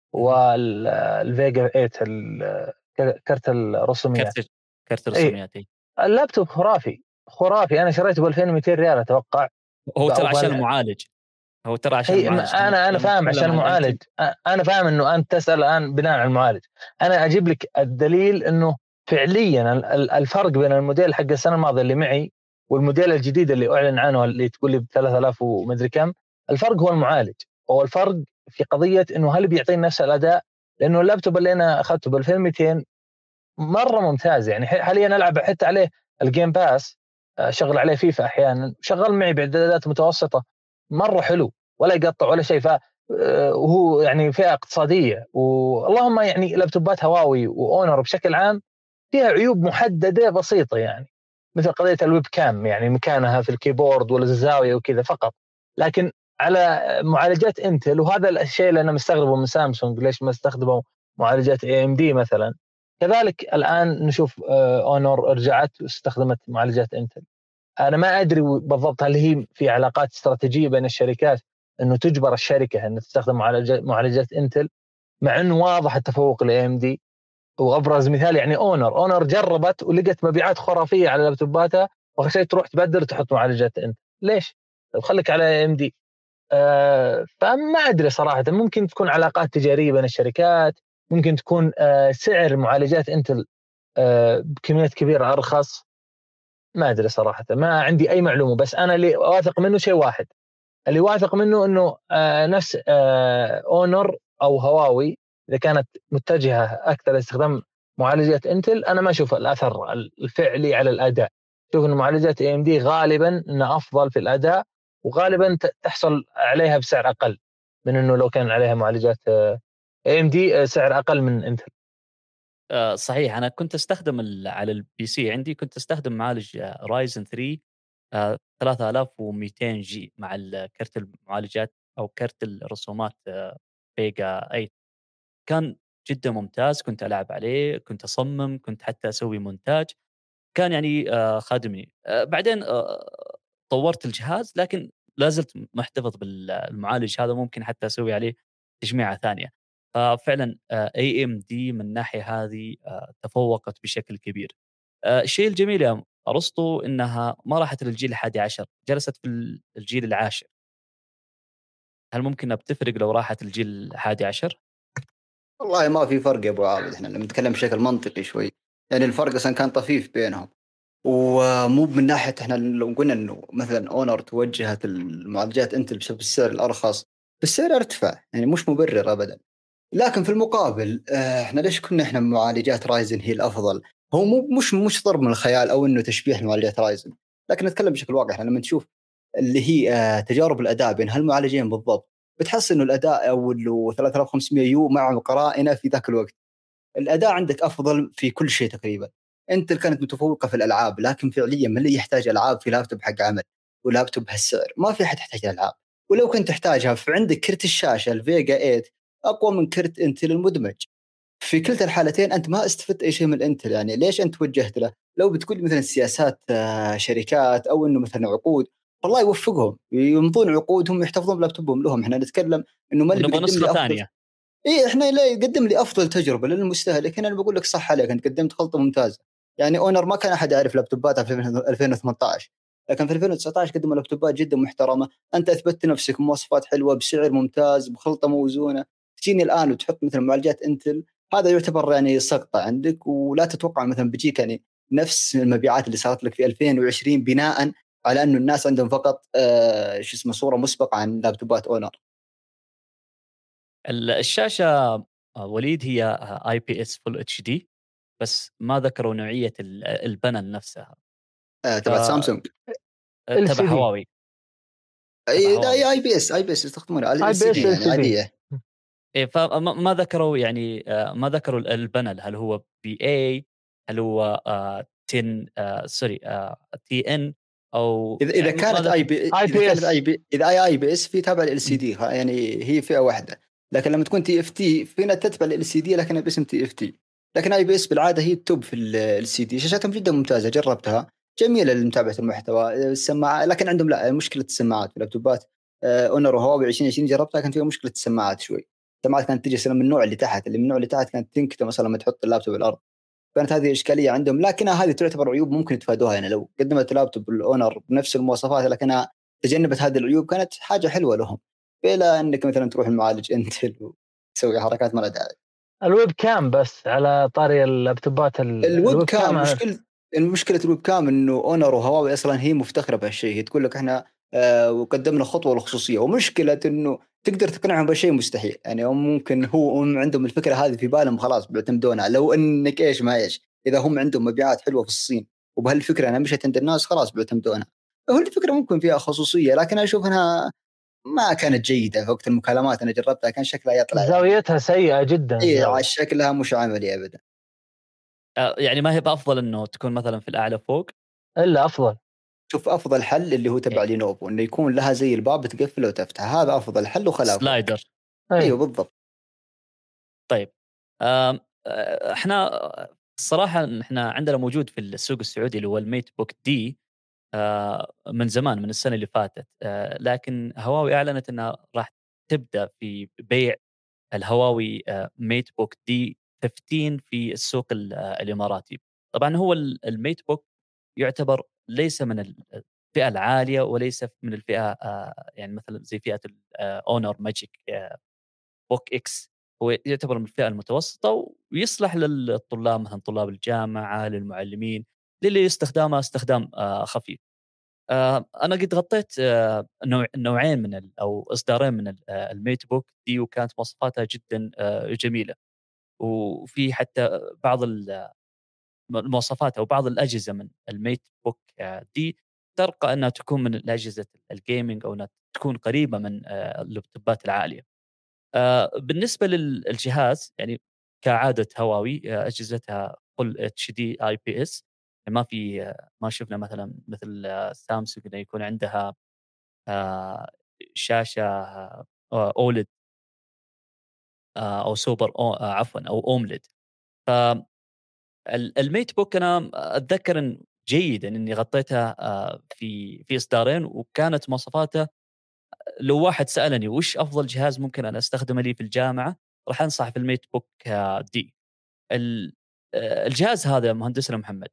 والفيجا 8 كرت الرسوميات. كرت اي الرسوميات. اللابتوب خرافي خرافي، انا شريته ب 2200 ريال اتوقع. هو ترى عشان المعالج، هو ترى عشان هي المعالج. انا فاهم عشان المعالج، انا فاهم انه انت تسال الان بناء على المعالج. انا اجيب لك الدليل انه فعليا الفرق بين الموديل حق السنه الماضيه اللي معي والموديل الجديد اللي اعلن عنه اللي تقول لي ب 3000 ومدري كم، الفرق هو المعالج. هو الفرق في قضيه انه هل بيعطيني نفس الاداء، لانه اللابتوب اللي انا اخذته ب 2200 مره ممتاز. يعني حاليا العب حتى عليه الجيم باس، شغل عليه فيفا احيانا، شغل معي باعدادات متوسطه، مره حلو ولا يقطع ولا شيء. وهو يعني فئه اقتصاديه. واللهم يعني لابتوبات هواوي واونر بشكل عام فيها عيوب محدده بسيطه، يعني مثل قضيه الويب كام، يعني مكانها في الكيبورد ولا الزاويه وكذا فقط. لكن على معالجات انتل، وهذا الشيء اللي انا مستغربه من سامسونج، ليش ما استخدموا معالجات اي ام دي مثلا. كذلك الان نشوف اونر رجعت واستخدمت معالجات انتل. انا ما ادري بالضبط هل هي في علاقات استراتيجيه بين الشركات انه تجبر الشركه ان تستخدم معالجات انتل، مع انه واضح التفوق لاي ام دي. وابرز مثال يعني اونر جربت ولقت مبيعات خرافيه على لابتوباتها، واخر شيء تروح تبدل تحط معالجات انتل. ليش؟ خليك على اي ام دي. فما ادري صراحه، ممكن تكون علاقات تجاريه بين الشركات، ممكن تكون سعر معالجات انتل بكميات كبيره ارخص. ما ادري صراحه، ما عندي اي معلومه. بس انا اللي واثق منه شيء واحد، اللي واثق منه انه نفس اونر او هواوي اذا كانت متجهه اكثر لاستخدام معالجات انتل، انا ما اشوف الاثر الفعلي على الاداء. شوف ان معالجات اي ام دي غالبا انها افضل في الاداء، وغالبا تحصل عليها بسعر اقل من انه لو كان عليها معالجات اي ام دي سعر اقل من انتل. صحيح. انا كنت استخدم على البي سي عندي، كنت استخدم معالج رايزن 3 3200 جي مع كرت المعالجات او كرت الرسومات فيجا 8. كان جدا ممتاز، كنت العب عليه، كنت اصمم، كنت حتى اسوي مونتاج، كان يعني خادمني. بعدين طورت الجهاز، لكن لا زلت محتفظ بالمعالج هذا، ممكن حتى اسوي عليه تجميعه ثانيه. ففعلا اي ام دي من الناحيه هذه تفوقت بشكل كبير. الشيء الجميل يا ارسطو انها ما راحت للجيل ال11، جلست في الجيل العاشر. هل ممكن بتفرق لو راحت الجيل ال11؟ والله ما في فرق يا ابو عابد، احنا لما نتكلم بشكل منطقي شوي، يعني الفرق اصلا كان طفيف بينهم. ومو من ناحيه احنا لو قلنا انه مثلا اونر توجهت المعالجات انتل بسبب السعر الارخص، السعر ارتفع يعني مش مبرر ابدا. لكن في المقابل احنا ليش كنا احنا معالجات رايزن هي الافضل؟ هو مش ضرب من الخيال او انه تشبيه لمعالجات رايزن، لكن نتكلم بشكل واقعي. احنا لما نشوف اللي هي تجارب الاداء بين هالمعالجين بالضبط، بتحس انه الاداء او 3500 يو مع قرائنه في ذاك الوقت الاداء عندك افضل في كل شيء تقريبا. انت كانت متفوقه في الالعاب، لكن فعليا من اللي يحتاج العاب في لابتوب حق عمل ولابتوب بهالسعر؟ ما في احد يحتاج العاب. ولو كنت تحتاجها فعندك كرت الشاشه الفيجا 8 اقوى من كرت انتل المدمج. في كلتا الحالتين انت ما استفدت اي شيء من انتل. يعني ليش انت توجهت له؟ لو بتقول مثلا سياسات شركات او انه مثلا عقود، الله يوفقهم يمضون عقودهم يحتفظون بلابتوبهم لهم. احنا نتكلم انه ما اللي ونبغى بيقدم نسخه لي افضل. ثانيه. ايه احنا لا يقدم لي افضل تجربه للمستهلك. هنا انا بقول لك صح عليك، انت قدمت خلطه ممتازه. يعني اونر ما كان احد يعرف لابتوباتها في 2018، لكن في 2019 قدموا لابتوبات جدا محترمه. انت اثبتت نفسك بمواصفات حلوه بسعر ممتاز بخلطه موزونه. تجيني الان وتحط مثل معالجات انتل، هذا يعتبر يعني سقطه عندك. ولا تتوقع مثلا بيجيك يعني نفس المبيعات اللي صارت لك في 2020 بناء على انه الناس عندهم فقط شو اسمه صوره مسبقه عن لابتوبات اونر. الشاشه وليد هي اي بي اس فول اتش دي، بس ما ذكروا نوعيه البانل نفسها. تبع سامسونج تبع LCD. هواوي. اي بي اس يستخدمونه اي ال بي سي اس دي يعني LCD. عاديه. إيه، فما ذكروا يعني ما ذكروا البانل، هل هو بي اي، هل هو 10 سوري تي ان، او اذا يعني كانت اي بي، اي اذا بي كانت اس. اي بي، اذا اي بي اس في تابع لل سي دي، يعني هي فئه واحده. لكن لما تكون تي اف تي فينا تتبع لل سي دي لكنها باسم تي اف تي. لكن اي بي اس بالعاده هي التوب في ال سي دي. شاشاتهم جدا ممتازه، جربتها جميله لمتابعه المحتوى. السماعه لكن عندهم لا مشكله السماعات في اللابتوبات. اونر وهواوي 2020 جربتها كانت فيها مشكله السماعات شوي. السماعات كانت تجي من النوع اللي تحت، اللي من النوع اللي تحت كانت تنكتم مثلا لما تحط اللابتوب على الارض. كانت هذه اشكاليه عندهم، لكنها هذه تعتبر عيوب ممكن يتفادوها. يعني لو قدمت لابتوب الاونر بنفس المواصفات لكنها تجنبت هذه العيوب كانت حاجه حلوه لهم، بلا انك مثلا تروح المعالج انتل وتسوي حركات ما لها داعي. الويب كام بس على طاري اللابتوبات الويب كام مشكله الويب كام انه اونر وهواوي اصلا هي مفتخره بهالشيء، هي تقول لك احنا وقدمنا خطوه للخصوصيه، ومشكله انه تقدر تقنعهم بشيء مستحيل. يعني هم ممكن هم عندهم الفكره هذه في بالهم خلاص بيعتمدونها، لو انك ايش ما ايش اذا هم عندهم مبيعات حلوه في الصين وبهالفكره انا مشت عند الناس خلاص بيعتمدونها. هو الفكره ممكن فيها خصوصيه لكن اشوف انها ما كانت جيده في وقت المكالمات. انا جربتها كان شكلها يطلع زاويتها سيئه جدا. اي شكلها مش عملي ابدا. يعني ما هي بأفضل انه تكون مثلا في الاعلى فوق؟ الا افضل. شوف افضل حل اللي هو تبع لينوفو انه يكون لها زي الباب تقفله وتفتح، هذا افضل حل وخلافه سلايدر. ايوه بالضبط. طيب احنا الصراحه احنا عندنا موجود في السوق السعودي اللي هو الميت بوك دي من زمان، من السنه اللي فاتت، لكن هواوي اعلنت انها راح تبدا في بيع الهواوي ميت بوك دي 15 في السوق الاماراتي. طبعا هو الميت بوك يعتبر ليس من الفئه العاليه وليس من الفئه يعني مثلا زي فئه الاونر ماجيك بوك اكس، هو يعتبر من الفئه المتوسطه ويصلح للطلاب مثلا طلاب الجامعه، للمعلمين، للي استخدامه استخدام خفيف. انا قد غطيت نوعين من او اصدارين من الميت بوك دي، وكانت مواصفاتها جدا جميله، وفي حتى بعض المواصفات او بعض الاجهزه من الميت بوك دي ترقى انها تكون من الاجهزه الجيمنج او انها تكون قريبه من اللابتوبات العاليه. بالنسبه للجهاز يعني كعاده هواوي اجهزتها فل اتش دي اي بي اس، ما في ما شفنا مثلا مثل سامسونج انه يكون عندها شاشه اولد او سوبر عفوا او اومليد. فالميت بوك انا اتذكر ان جيدا اني غطيتها في اصدارين، وكانت مواصفاته لو واحد سالني وش افضل جهاز ممكن انا استخدمه لي في الجامعه راح انصح في الميت بوك دي. الجهاز هذا مهندسنا محمد،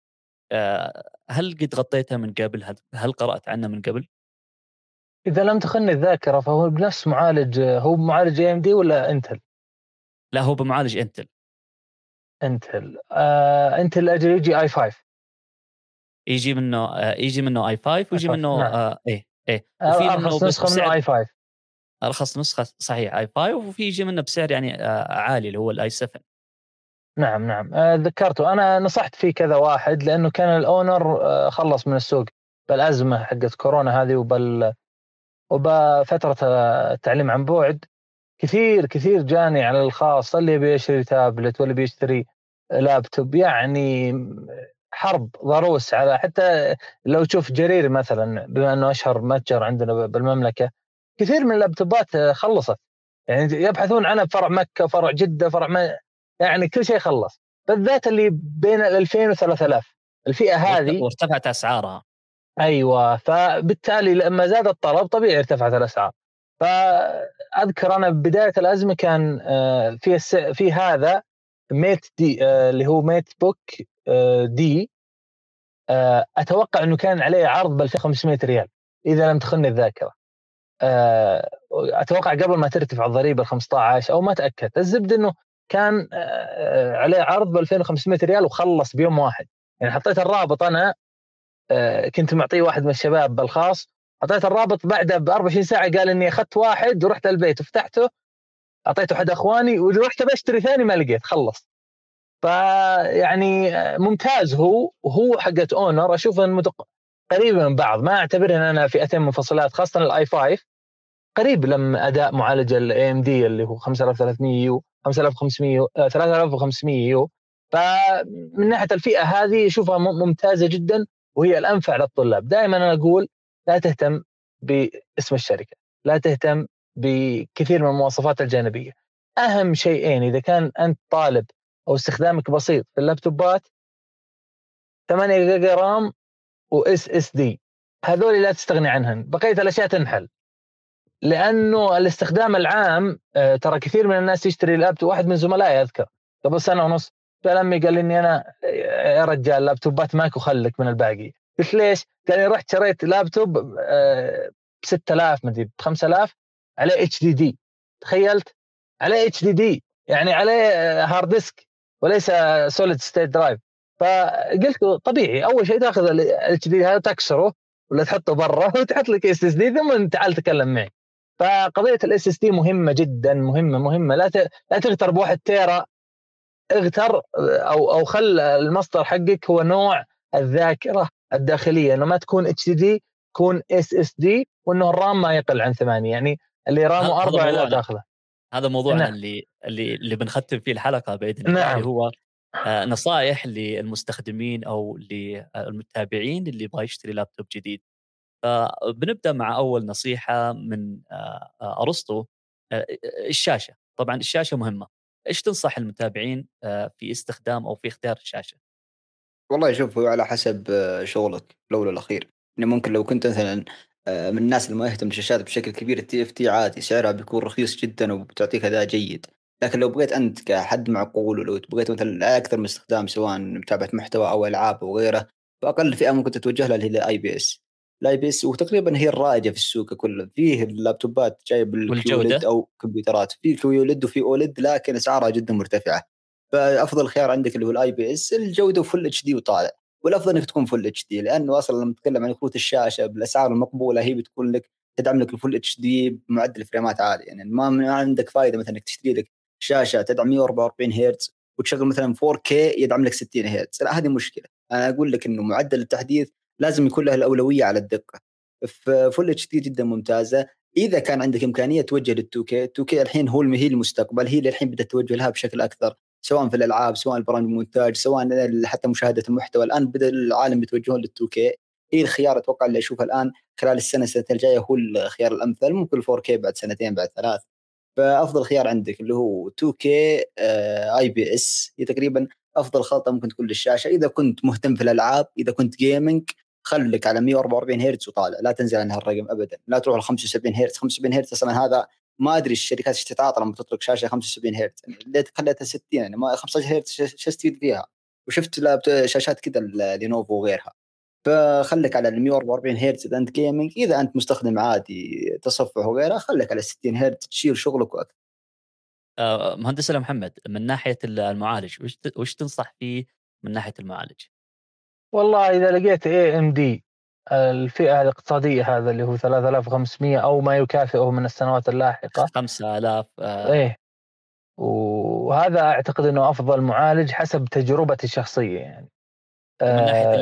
هل قد غطيته من قبل؟ هل قرأت عنه من قبل؟ إذا لم تخني الذاكرة فهو بنفس معالج، هو معالج AMD ولا انتل؟ لا هو بمعالج انتل. انتل أجل يجي i5. يجي منه i5 ويجي منه نعم. ايه وفي منه أرخص بس نسخة منه i5. ارخص نسخه صحيح i5، وفي يجي منه بسعر يعني عالي اللي هو الاي 7. نعم ذكرته، أنا نصحت فيه كذا واحد لأنه كان الأونر خلص من السوق بالأزمة حقت كورونا هذه وبفترة التعليم عن بعد. كثير جاني على الخاص اللي بيشتري تابلت واللي بيشتري لابتوب، يعني حرب ضروس على. حتى لو تشوف جرير مثلا بما أنه أشهر متجر عندنا بالمملكة، كثير من اللابتوبات خلصت، يعني يبحثون عنها بفرع مكة، فرع جدة، يعني كل شيء خلص، بالذات اللي بين 2000 و 3000 الفئة هذه. وارتفعت اسعارها. ايوه، فبالتالي لما زاد الطلب طبيعي ارتفعت الاسعار. فاذكر انا بدايه الازمه كان في هذا ميت دي اللي هو ميت بوك دي، اتوقع انه كان عليه عرض ب 2500 ريال اذا لم تخني الذاكره. اتوقع قبل ما ترتفع الضريبه ال 15 او ما تاكد. الزبد انه كان عليه عرض ب 2500 ريال وخلص بيوم واحد. يعني حطيت الرابط انا، كنت معطيه واحد من الشباب بالخاص، حطيت الرابط بعده ب 24 ساعه قال اني اخذت واحد ورحت البيت وفتحته، اعطيته احد اخواني ورحت بشتري ثاني ما لقيت، خلص. فيعني ممتاز. هو حقت اونر اشوف ان قريبه من بعض، ما اعتبر ان انا فئتين منفصلات، خاصه الاي 5 قريب لما اداء معالج الاي ام دي اللي هو 5300 يو 5500 3500 يو. فمن ناحيه الفئه هذه اشوفها ممتازه جدا، وهي الانفع للطلاب. دائما انا اقول لا تهتم باسم الشركه، لا تهتم بكثير من المواصفات الجانبيه. اهم شيئين اذا كان انت طالب او استخدامك بسيط في اللابتوبات: 8 جيجا رام واس اس دي، هذول لا تستغني عنهن، بقيه الاشياء تنحل. لانه الاستخدام العام ترى كثير من الناس يشتري لابتوب. واحد من زملائي اذكر قبل سنه ونص قال امي قال اني انا يا رجال لابتوبات ماك وخلك من الباقي. قلت ليش؟ قال لي رحت شريت لابتوب ب 6000 مدري ب 5000 عليه اتش دي دي. تخيلت؟ عليه اتش دي دي يعني عليه هارد ديسك وليس سوليد ستيت درايف. فقلت طبيعي اول شيء تاخذ الاتش دي هذا تكسره ولا تحطه برا وتحط لك اس اس دي ثم تعال تكلم معي. فقضيه الاس اس دي مهمه جدا، مهمه لا تغتر بواحد تيرا. اغتر او خل المصدر حقك هو نوع الذاكره الداخليه، انه ما تكون اتش دي دي، تكون اس اس دي، وانه الرام ما يقل عن 8. يعني اللي رامه 4 لا تاخذه. هذا موضوعنا نعم. اللي بنختم فيه الحلقه باذن الله. نعم. اللي هو نصائح للمستخدمين او للمتابعين اللي يبغى يشتري لابتوب جديد. فبنبدا مع اول نصيحه من ارسطو. الشاشه، طبعا الشاشه مهمه. ايش تنصح المتابعين في استخدام او في اختيار الشاشه؟ والله شوف، هو على حسب شغلك الاول والاخير. يعني ممكن لو كنت مثلا من الناس اللي ما يهتم بالشاشات بشكل كبير، التي اف تي عادي سعرها بيكون رخيص جدا وبتعطيك اداء جيد. لكن لو بغيت انت كحد معقول، ولو بغيت مثلا اكثر من استخدام سواء متابعه محتوى او العاب وغيره، فاقل فئه ممكن تتوجه لها اللي هي الاي بي اس. الاي بي اس وتقريبا هي الرائجه في السوق كله. فيه اللابتوبات جايه بالكيوليد او كمبيوترات، في كيوليد وفي اوليد، لكن اسعارها جدا مرتفعه. فافضل خيار عندك اللي هو الاي بي اس، الجوده فل اتش دي وطالع. والافضل انك تكون فل اتش دي، لانه اصلا لما نتكلم عن كروت الشاشه بالاسعار المقبوله، هي بتكون لك تدعم لك الفل اتش دي بمعدل فريمات عالي. يعني ما عندك فائده مثلا انك تشتري لك شاشه تدعم 144 هرتز وتشغل مثلا 4K يدعم لك 60 هرتز. لا، هذه مشكله. انا اقول لك انه معدل التحديث لازم يكون له الاولويه على الدقه. فل اتش دي جدا ممتازه. اذا كان عندك امكانيه توجه لل2K، 2K الحين هي المستقبل، هي اللي الحين بدات توجه لها بشكل اكثر، سواء في الالعاب، سواء البرامج المونتاج، سواء حتى مشاهده المحتوى. الان بدا العالم يتوجهون لل2K. هي الخيار اتوقع اللي اشوفه الان خلال السنتين الجايه هو الخيار الامثل. ممكن 4K بعد سنتين، بعد 3. فافضل خيار عندك اللي هو 2K اي بي اس. هي تقريبا افضل خلطه ممكن تكون للشاشه اذا كنت مهتم في الالعاب. اذا كنت جيمنج، خليك على 144 هرتز وطالع، لا تنزل عن هالرقم ابدا. لا تروح ل 75 هرتز. 75 هرتز اصلا هذا ما ادري الشركات ايش تتعاطى لما تترك شاشه 75 هرتز. يعني ليه خليتها 60؟ يعني ما 15 هرتز شو استفيد فيها؟ وشفت شاشات كذا لينوفو وغيرها. فخليك على ال 144 هرتز اذا انت جيمنج. اذا انت مستخدم عادي تصفح وغيرها، خليك على 60 هرتز تشيل شغلك واكثر. مهندس محمد، من ناحيه المعالج وش تنصح فيه من ناحيه المعالج؟ والله اذا لقيت اي ام دي الفئه الاقتصاديه، هذا اللي هو 3500 او ما يكافئه من السنوات اللاحقه 5000. ايه، وهذا اعتقد انه افضل معالج حسب تجربتي الشخصيه. يعني ومن ناحيه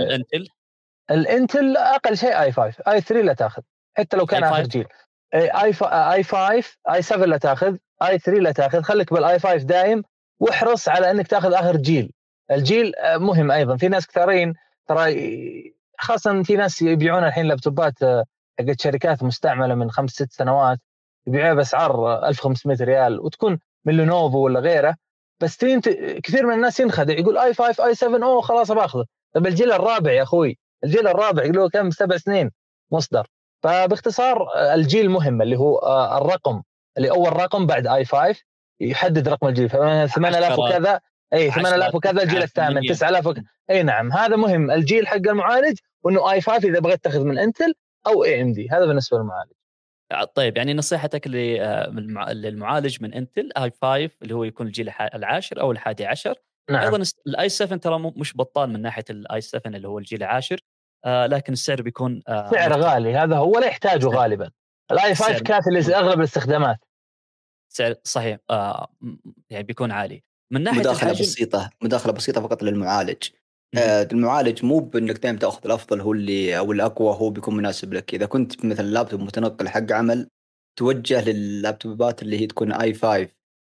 الانتل اقل شيء اي 5 اي 3 لا تاخذ، حتى لو كان اخر جيل. اي 5 اي 7 لا تاخذ، اي 3 لا تاخذ. خليك بالاي 5 دايم، واحرص على انك تاخذ اخر جيل. الجيل مهم ايضا. في ناس كثيرين ترى، خاصه في ناس يبيعون الحين لابتوبات حقت شركات مستعمله من 5-6 سنوات، يبيعها باسعار 1500 ريال وتكون من لينوفو ولا غيره. بس كثير من الناس ينخدع، يقول اي 5 اي 7 اوه خلاص باخذه. طب الجيل الرابع يا اخوي، الجيل الرابع يقولوا كم 7 سنين مصدر. فباختصار الجيل مهم، اللي هو الرقم اللي اول رقم بعد اي 5 يحدد رقم الجيل. ف 8000 وكذا، اي 8000 وكذا الجيل الثامن، 9000 وكذا. اي نعم، هذا مهم الجيل حق المعالج، وانه اي 5 اذا بغيت تاخذ من انتل او اي ام دي. هذا بالنسبه للمعالج. طيب، يعني نصيحتك للمعالج من انتل اي 5 اللي هو يكون الجيل العاشر او الحادي عشر. نعم. ايضا الاي 7 ترى مش بطال من ناحيه الاي 7 اللي هو الجيل العاشر، لكن السعر بيكون سعر غالي. هذا هو لا يحتاجه غالبا. الاي 5 كافي لاغلب الاستخدامات. سعر صحيح. يعني بيكون عالي. من ناحيه مداخله بسيطه فقط للمعالج. المعالج مو بانك دائما تاخذ الافضل هو اللي او الاقوى هو بيكون مناسب لك. اذا كنت مثلا لابتوب متنقل حق عمل، توجه لللابتوبات اللي هي تكون اي 5.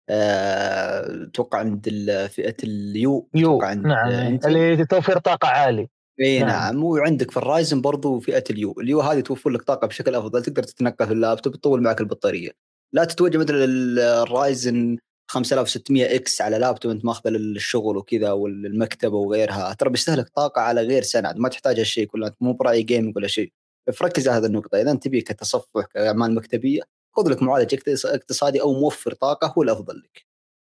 اتوقع عند فئه اليو. اتوقع عند نعم، اللي توفير طاقه عالي. اي نعم. وعندك في الرايزن برضو فئه اليو هذه توفر لك طاقه بشكل افضل، تقدر تتنقل في اللابتوب تطول معك البطاريه. لا تتوجه مثل الرايزن 5600 اكس على لابتوب انت ماخذه للشغل وكذا والمكتبه وغيرها، ترى بيستهلك طاقه على غير سنه، ما تحتاج هالشيء كله، انت مو براي جيمنج ولا شيء. فركز على هذه النقطه، اذا انت تبي كتصفح كاعمال مكتبيه خذ لك معالج اقتصادي او موفر طاقه، هو الافضل لك.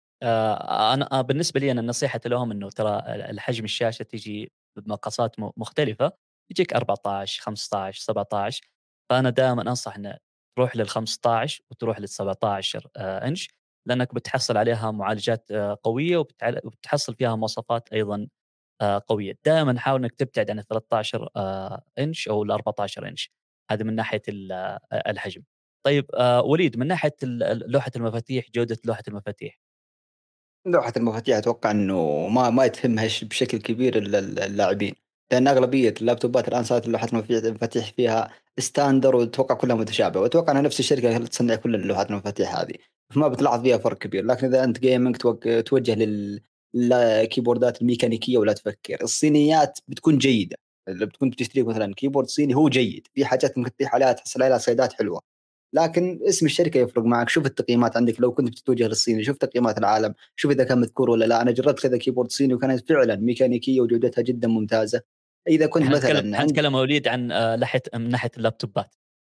انا بالنسبه لي انا نصيحتي لهم انه ترى الحجم الشاشه تيجي بمقاسات مختلفه، يجيك 14 15 17. فانا دائما انصح ان تروح لل 15 وتروح لل 17 انش، لانك بتحصل عليها معالجات قويه وبتحصل فيها مواصفات ايضا قويه. دائما حاول انك تبتعد عن ال 13 انش او ال 14 انش، هذا من ناحيه الحجم. طيب وليد، من ناحيه لوحه المفاتيح، جوده لوحه المفاتيح. لوحة المفاتيح أتوقع إنه ما تهمها بشكل كبير اللاعبين، لأن أغلبية اللابتوبات الآن صارت لوحات المفاتيح فيها ستاندر، وأتوقع كلها متشابهة، وأتوقع أن نفس الشركة تصنع كل اللوحات المفاتيح هذه، فما بتلاحظ فيها فرق كبير. لكن إذا أنت جيمنج توجه للكيبوردات الميكانيكية ولا تفكر، الصينيات بتكون جيدة. اللي بتكون بتشتري مثلا كيبورد صيني هو جيد، في حاجات ممكن تطيح عليها تحصل عليها صيدات حلوة، لكن اسم الشركة يفرق معك. شوف التقييمات عندك، لو كنت بتتوجه للصيني شوف تقييمات العالم، شوف إذا كان مذكور ولا لا. أنا جربت كذا كيبورد صيني وكانت فعلا ميكانيكية وجودتها جدا ممتازة. إذا كنت مثلا هنتكلم وليد عن من ناحيه اللابتوبات.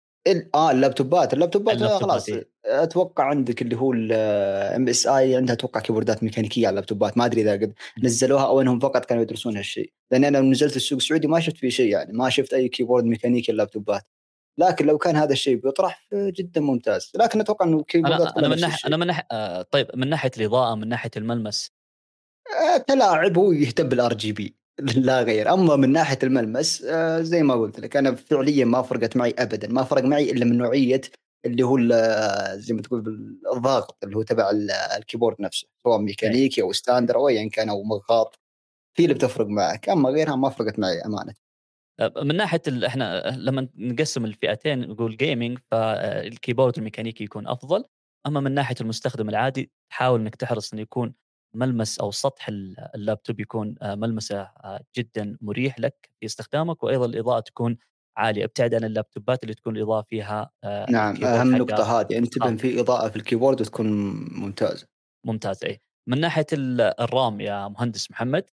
اللابتوبات اللابتوبات خلاص. إيه؟ اتوقع عندك اللي هو الام اس اي عندها اتوقع كيبوردات ميكانيكيه على اللابتوبات، ما ادري اذا قد نزلوها او انهم فقط كانوا يدرسون هالشيء، لان انا نزلت السوق السعودي ما شفت فيه شيء، يعني ما شفت اي كيبورد ميكانيكي اللابتوبات. لكن لو كان هذا الشيء بيطرح جدا ممتاز، لكن اتوقع انه الكيبوردات كلها نفس الشيء. من ناحيه طيب من ناحيه الاضاءه، من ناحيه الملمس. كلاعب هو يهتم بالار جي بي لا غير. اما من ناحيه الملمس زي ما قلت لك انا فعليا ما فرقت معي ابدا، ما فرق معي الا من نوعيه اللي هو زي ما تقول بالضغط اللي هو تبع الكيبورد نفسه، سواء ميكانيكي او ستاندر او ايا كان او مضغاط، في اللي بتفرق معك. اما غيرها ما فرقت معي امانه. من ناحيه احنا لما نقسم الفئتين نقول جيمنج، فالكيبورد الميكانيكي يكون افضل. اما من ناحيه المستخدم العادي، حاول انك تحرص انه يكون ملمس او سطح اللابتوب يكون ملمسه جدا مريح لك في استخدامك، وايضا الاضاءه تكون عاليه. ابتعد عن اللابتوبات اللي تكون الاضاءه فيها نعم، الكيبورد اهم حقها نقطه هذه، انتبه في اضاءه في الكيبورد وتكون ممتازه. ممتاز. اي من ناحيه الرام يا مهندس محمد.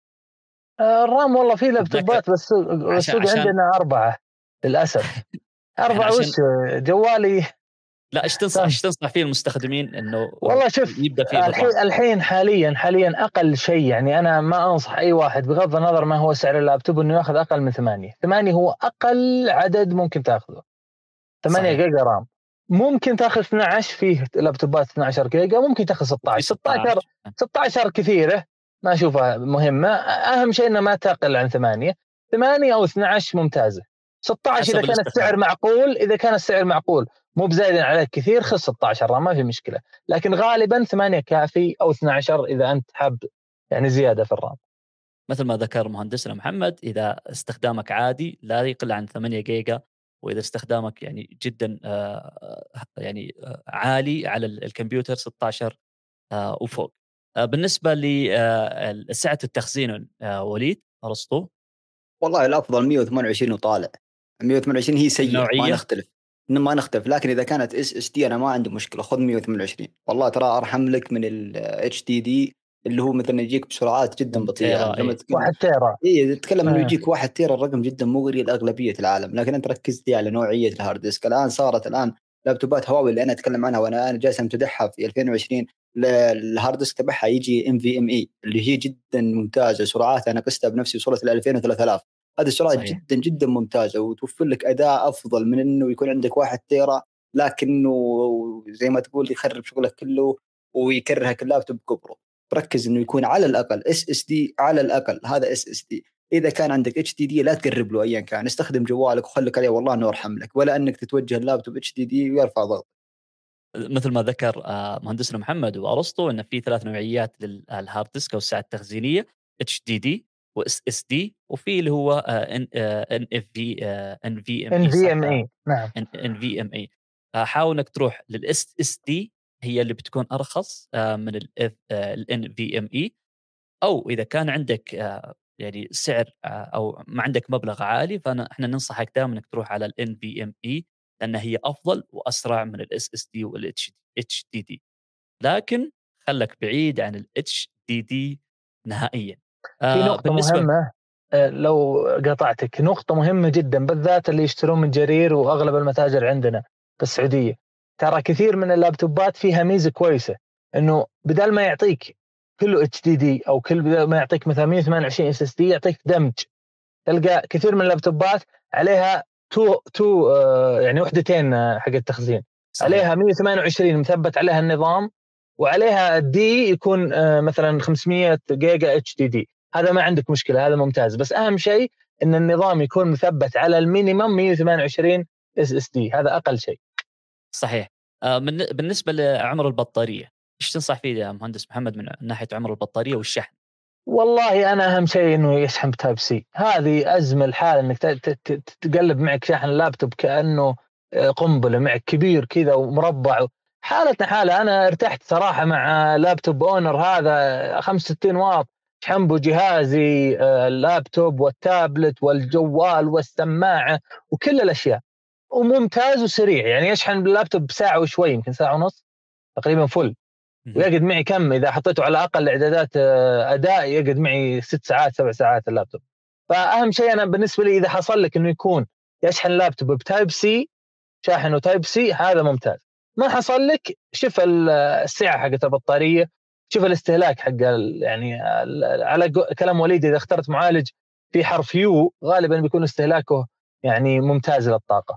الرام والله في ذاك لابتوبات، بس السوق عشان عندنا 4 للأسف. احنا 4 وش عشان جوالي. لا، ايش تنصح فيه المستخدمين انه والله شوف، يبدا فيه بالرام؟ الحين حاليا أقل شيء، يعني أنا ما أنصح أي واحد بغض النظر ما هو سعر اللابتوب إنه يأخذ أقل من 8 هو أقل عدد ممكن تأخذه. 8 صحيح. جيجا رام. ممكن تاخذ 12، فيه لابتوبات 12 جيجا، ممكن تاخذ وفي 16. 16. 16 كثيرة، ما أشوفها مهمة. أهم شيء إنه ما تقل عن 8 أو 12 ممتازة. 16 حسب إذا كان الاستخدام. السعر معقول مو بزايد عليك كثير، خذ 16 رام ما في مشكلة، لكن غالبا 8 كافي، أو 12 إذا أنت حاب يعني زيادة في الرام. مثل ما ذكر مهندسنا محمد، اذا استخدامك عادي لا يقل عن 8 جيجا، واذا استخدامك يعني جدا يعني عالي على الكمبيوتر 16 وفوق. بالنسبه لسعه التخزين وليد ارسطو. والله الافضل 128 وطالع. 128 هي سيئه، النوعيه. ما نختلف، لكن اذا كانت اس اس دي انا ما عندي مشكله، خذ 128 والله ترى ارحم لك من الاتش دي دي اللي هو مثلا يجيك بسرعات جدا 1 بطيئه. تيرا. لما ايه. تتكلم 1 تيرا. تتكلم انه يجيك 1 تيرا، الرقم جدا مغري لاغلبيه العالم، لكن انت ركزت على نوعيه الهارد ديسك. صارت لابتوبات هواوي اللي انا اتكلم عنها وانا جالس امتدحها في 2020، الهارد ديسك تبعها يجي ام في ام اي اللي هي جدا ممتازه، سرعات انا قستها بنفسي وصلت ل 2000 و3000. هذه السرعات صحيح. جدا جدا ممتازه، وتوفر لك اداء افضل من انه يكون عندك 1 تيرا لكنه زي ما تقول يخرب شغلك كله ويكرهك اللابتوب كبره. ركز انه يكون على الاقل اس اس دي، على الاقل هذا اس اس دي. اذا كان عندك اتش دي دي لا تقرب له ايا كان، استخدم جوالك وخليك عليه والله انه ارحم لك، ولا انك تتوجه اللابتوب اتش دي دي ويرفع ضغط. مثل ما ذكر مهندسنا محمد وارسطو ان في 3 نوعيات للهارد ديسك او السعه التخزينيه: اتش دي دي واس اس دي، وفي اللي هو ان اف في ان في ام اي. صح؟ NVMe. نعم. ان في ام اي. حاول انك تروح للاس اس دي، هي اللي بتكون ارخص من الان في ام اي. او اذا كان عندك يعني سعر او ما عندك مبلغ عالي، احنا ننصحك دائما انك تروح على الان في ام اي، لان هي افضل واسرع من الاس اس دي والاتش دي دي. لكن خلك بعيد عن ال HDD نهائيا. في نقطة بالنسبة مهمة، لو قطعتك، نقطة مهمة جدا بالذات اللي يشترون من جرير وأغلب المتاجر عندنا في السعودية. ترى كثير من اللابتوبات فيها ميزة كويسة، إنه بدل ما يعطيك كله HDD أو بدل ما يعطيك مثلا 128 SSD يعطيك دمج. تلقى كثير من اللابتوبات عليها يعني وحدتين حق التخزين. صحيح. عليها 128 مثبت عليها النظام، وعليها الدي يكون مثلا 500 جيجا HDD. هذا ما عندك مشكلة، هذا ممتاز. بس أهم شيء إن النظام يكون مثبت على المينيمم 128 SSD، هذا أقل شيء. صحيح. بالنسبة لعمر البطارية، إيش تنصح فيه يا مهندس محمد من ناحية عمر البطارية والشحن؟ والله أنا أهم شيء إنه يشحن بتايب سي. هذه أزمة الحال إنك تقلب معك شاحن اللابتوب كأنه قنبلة معك كبير كذا ومربع. حالتنا حالة. أنا ارتحت صراحة مع لابتوب أونر هذا 65 واط، شحن به جهازي، اللابتوب والتابلت والجوال والسماعة وكل الأشياء، وممتاز وسريع. يعني يشحن باللابتوب بساعة وشوي، يمكن ساعة ونص تقريبا فل. ويقعد معي كم إذا حطيته على أقل إعدادات أداء يقعد معي 6 ساعات 7 ساعات اللابتوب. فأهم شيء أنا بالنسبة لي إذا حصل لك إنه يكون يشحن اللابتوب بتايب سي، شاحنه تايب سي، هذا ممتاز. ما حصل لك، شوف السعة حقت البطارية، شوف الاستهلاك حق يعني على كلام وليد إذا اخترت معالج في حرف يو غالبا بيكون استهلاكه يعني ممتاز للطاقة.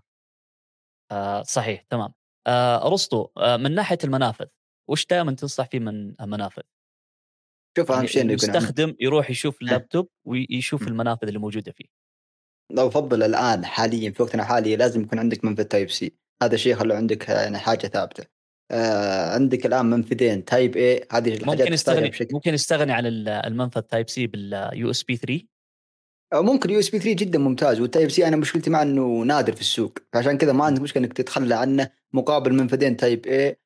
صحيح تمام. أرسطو، من ناحية المنافذ وش دائما تنصح فيه من المنافذ؟ شوف أهم شيء إنه يكون المستخدم يروح يشوف اللابتوب ويشوف المنافذ اللي موجودة فيه. لو أفضل الآن حاليا في وقتنا الحالي لازم يكون عندك منفذ تايب سي. هذا شيء خلوا عندك يعني حاجة ثابتة. عندك الآن منفذين تايب A، هذه الحاجات تحتاجها بشكل. ممكن يستغني عن المنفذ تايب سي باليو اس بي 3. ممكن USB 3 جدا ممتاز، والتايب سي أنا مشكلتي مع إنه نادر في السوق، فعشان كذا ما عندك مشكلة إنك تتخلى عنه مقابل منفذين تايب A.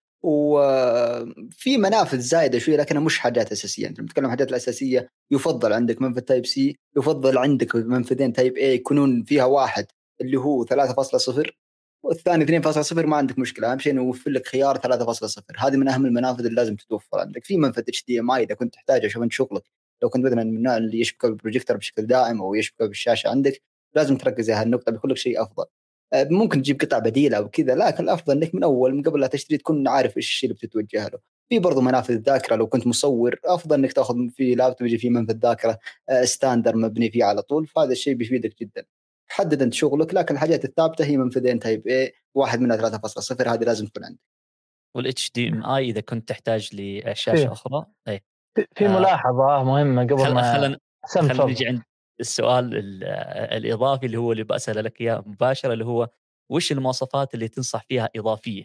وفي منافذ زايدة شوي لكنها مش حاجات أساسية. أنت بتتكلم عن حاجات الأساسية يفضل عندك منفذ تايب سي، يفضل عندك منفذين تايب A يكونون فيها واحد اللي هو 3.0 والثاني 2.0. ما عندك مشكلة، أهم شيء إنه يوفر لك خيار 3.0. هذه من أهم المنافذ اللي لازم تتوفر عندك. في منفذ HDMI إذا كنت تحتاجه عشان شغلك، لو كنت مثلا من النوع اللي يشبك بالبروجيكتور بشكل دائم أو يشبك بالشاشة عندك، لازم تركز على هالنقطة، بيكون لك شيء أفضل. ممكن تجيب قطع بديلة أو كذا، لكن الأفضل إنك من أول من قبل لا تشتري تكون عارف إيش الشيء اللي بتتوجه له. في برضو منافذ الذاكرة، لو كنت مصور أفضل إنك تأخذ في لابتوب يجي فيه منفذ ذاكرة ستاندر مبني فيه على طول، فهذا الشيء بيفيدك جدا. حدد أنت شغلك، لكن الحاجات الثابتة هي منفذين تايب A، واحد منها 3.0، هذه لازم تكون عندك. والHDMI إذا كنت تحتاج لشاشة أخرى. أي في ملاحظة مهمة قبل ما خلنا نجي عند السؤال الإضافي اللي بأسأل لك إياه مباشرة، اللي هو وش المواصفات اللي تنصح فيها إضافية؟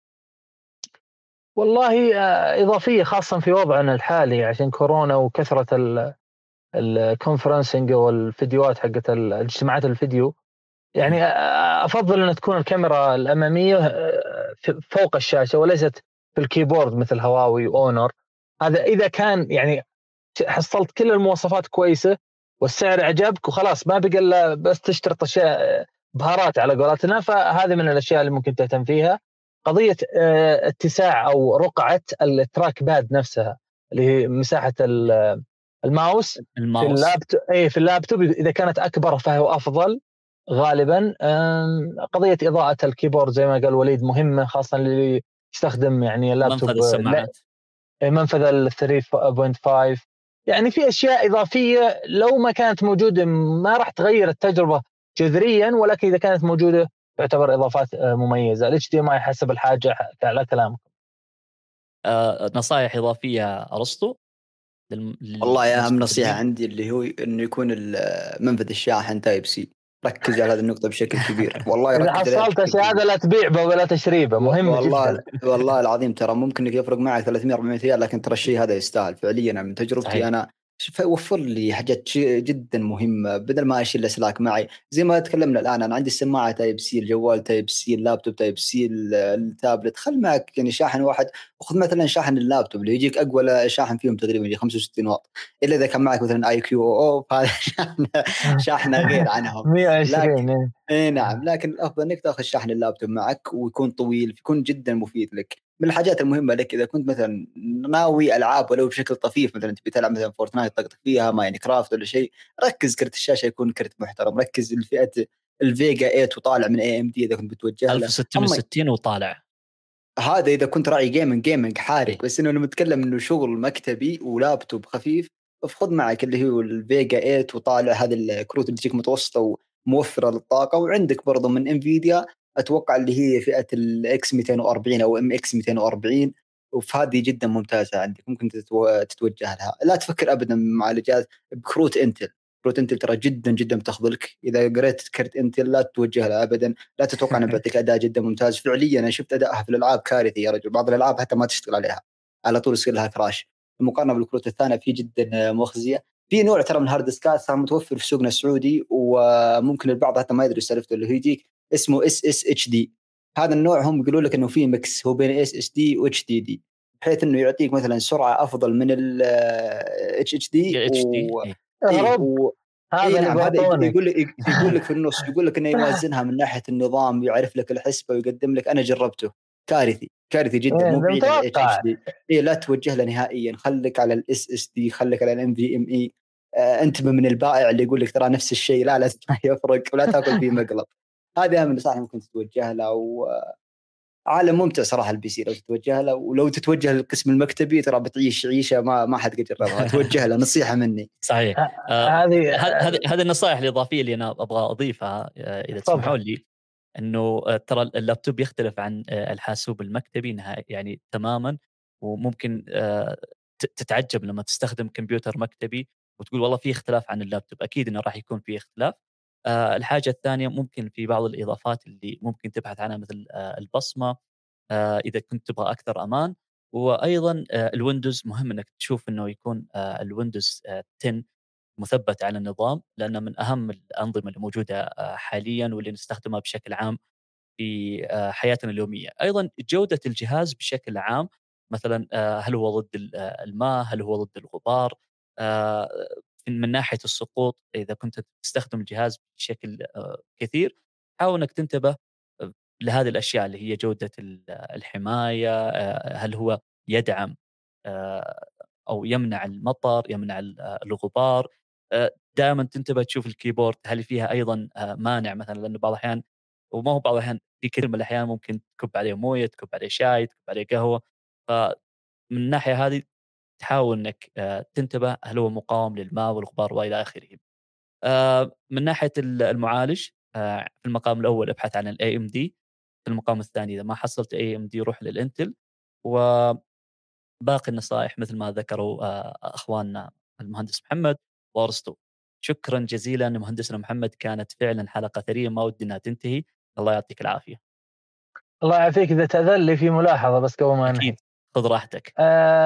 والله إضافية خاصة في وضعنا الحالي عشان كورونا وكثرة الكونفرنسنج والفيديوهات حقت الاجتماعات الفيديو. يعني أفضل أن تكون الكاميرا الأمامية فوق الشاشة وليست في الكيبورد مثل هواوي وأونر. هذا إذا كان يعني حصلت كل المواصفات كويسة والسعر عجبك وخلاص، ما بقى إلا بس تشترط أشياء بهارات على قولتنا، فهذه من الأشياء اللي ممكن تهتم فيها. قضية اتساع أو رقعة التراك باد نفسها اللي هي مساحة الماوس في اللابتوب إذا كانت أكبر فهو أفضل غالبا. قضية إضاءة الكيبورد زي ما قال وليد مهمة، خاصة اللي يستخدم يعني اللابتوب منفذ السماعات، منفذ ال 3.5. يعني في أشياء إضافية لو ما كانت موجودة ما راح تغير التجربة جذريا، ولكن إذا كانت موجودة تعتبر إضافات مميزة. ال HDMI حسب الحاجة على كلامكم. نصائح إضافية أرسطو؟ والله يا أهم نصيحة عندي اللي هو إنه يكون منفذ الشاحن تايب سي. ركز على هذه النقطة بشكل كبير، والله إذا حصلت أشياء هذا لا تبيع ولا تشريبه، مهم جدا. والله العظيم ترى ممكن يفرق معك 300-400 ريال، لكن ترى الشيء هذا يستاهل فعليا. من تجربتي صحيح. أنا وفر لي حاجات جدا مهمة بدل ما أشيل الأسلاك معي. زي ما تكلمنا الآن، أنا عندي السماعة تايب سي، الجوال تايب سي، اللابتوب تايب سي، التابلت. خل معك يعني شاحن واحد، وخذ مثلا شاحن اللابتوب اللي يجيك أقوى شاحن فيهم تقريبا يجي 65 واط، إلا إذا كان معك مثلا IQOO فهذا شاحن غير عنهم 120. إيه نعم، لكن الأفضل إنك تأخذ شاحن اللابتوب معك ويكون طويل، يكون جدا مفيد لك. من الحاجات المهمة لك إذا كنت مثلا ناوي ألعاب ولو بشكل طفيف، مثلا تبي تلعب مثلا فورتنايت طقطق فيها ماين كرافت ولا شيء، ركز كرت الشاشة يكون كرت محترم، ركز الفئة الفيجا 8 وطالع من AMD إذا كنت بتوجه له. 1660 وطالع، هذا إذا كنت راعي جيمنج حارق. بس إنه أنا متكلم إنه شغل مكتبي ولابتوب خفيف، فخذ معك اللي هو الفيجا 8 وطالع، هذه الكروت اللي تجيك متوسطة وموفرة للطاقة. وعندك برضو من انفيديا أتوقع اللي هي فئة الإكس 240 أو MX 240، وفي جدا ممتازة عندك، ممكن تتوجه لها. لا تفكر أبدا معالجات بكروت انتل، كروت انتل ترى جدا جدا بتخذلك. إذا قريت كرت انتل لا تتوجه لها أبدا، لا تتوقع أنه بيعطيك أداء جدا ممتاز. فعليا أنا شفت أدائها في الألعاب كارثي يا رجل، بعض الألعاب حتى ما تشتغل عليها، على طول يصير لها كراش. المقارنة بالكروت الثانية في جدا مخزية. في نوع ترى من هارد ديسكات صار متوفر في سوقنا السعودي، وممكن البعض حتى ما يدري سالفته، اللي هو يجيك اسمه SSHD. هذا النوع هم يقولوا لك انه فيه ميكس هو بين SSD و HDD، بحيث انه يعطيك مثلا سرعه افضل من ال HDD و هرب. اي هذا اللي نعم. هذا بعطونك. يقول لك في النص، يقول لك انه يوازنها من ناحيه النظام، يعرف لك الحسبه ويقدم لك. انا جربته، كارثي جدا، مو ده بعيد عن ال متوقع. HDD. اي لا توجه له نهائيا، خليك على ال SSD، خليك على ال NVMe. انتبه من البائع اللي يقول لك ترى نفس الشيء، لا يفرق، ولا تاكل فيه مقلب. هذه من نصائح ممكن تتوجه له. عالم ممتع صراحه البي سي لو تتوجه له. ولو تتوجه للقسم المكتبي ترى بتعيش عيشه ما حد قد جربها. توجه له، نصيحه مني. صحيح. هذه هذه النصائح الإضافية اللي أنا أبغى أضيفها إذا تسمحون لي، إنه ترى اللابتوب يختلف عن الحاسوب المكتبي يعني تماما. وممكن تتعجب لما تستخدم كمبيوتر مكتبي وتقول والله في اختلاف عن اللابتوب. أكيد إنه راح يكون في اختلاف. الحاجة الثانية ممكن في بعض الإضافات اللي ممكن تبحث عنها، مثل البصمة إذا كنت تبغى أكثر أمان. وأيضا الويندوز مهم إنك تشوف إنه يكون الويندوز 10 مثبت على النظام، لأنه من أهم الأنظمة اللي موجودة حاليا واللي نستخدمها بشكل عام في حياتنا اليومية. أيضا جودة الجهاز بشكل عام، مثلا هل هو ضد الماء، هل هو ضد الغبار، آه، من ناحية السقوط. إذا كنت تستخدم الجهاز بشكل كثير، حاول أنك تنتبه لهذه الأشياء اللي هي جودة الحماية. هل هو يدعم أو يمنع المطر، يمنع الغبار. دائما تنتبه تشوف الكيبورد هل فيها أيضا مانع، مثلا لأنه بعض الأحيان، وما هو بعض الأحيان، في كثير من الأحيان ممكن تكب عليه موية، تكب عليه شاي، تكب عليه قهوة. فمن الناحية هذه تحاول أنك تنتبه هل هو مقاوم للماء والغبار وإلى آخره. من ناحية المعالج، في المقام الأول ابحث عن ال AMD، في المقام الثاني إذا ما حصلت AMD روح للإنتل. وباقي النصائح مثل ما ذكروا أخواننا المهندس محمد وأرسطو. شكرا جزيلا مهندسنا محمد، كانت فعلا حلقة ثرية ما ودي انها تنتهي. الله يعطيك العافية. الله يعافيك. إذا تأذن لي في ملاحظة بس قبل ما ننهي. أكيد، خذ راحتك.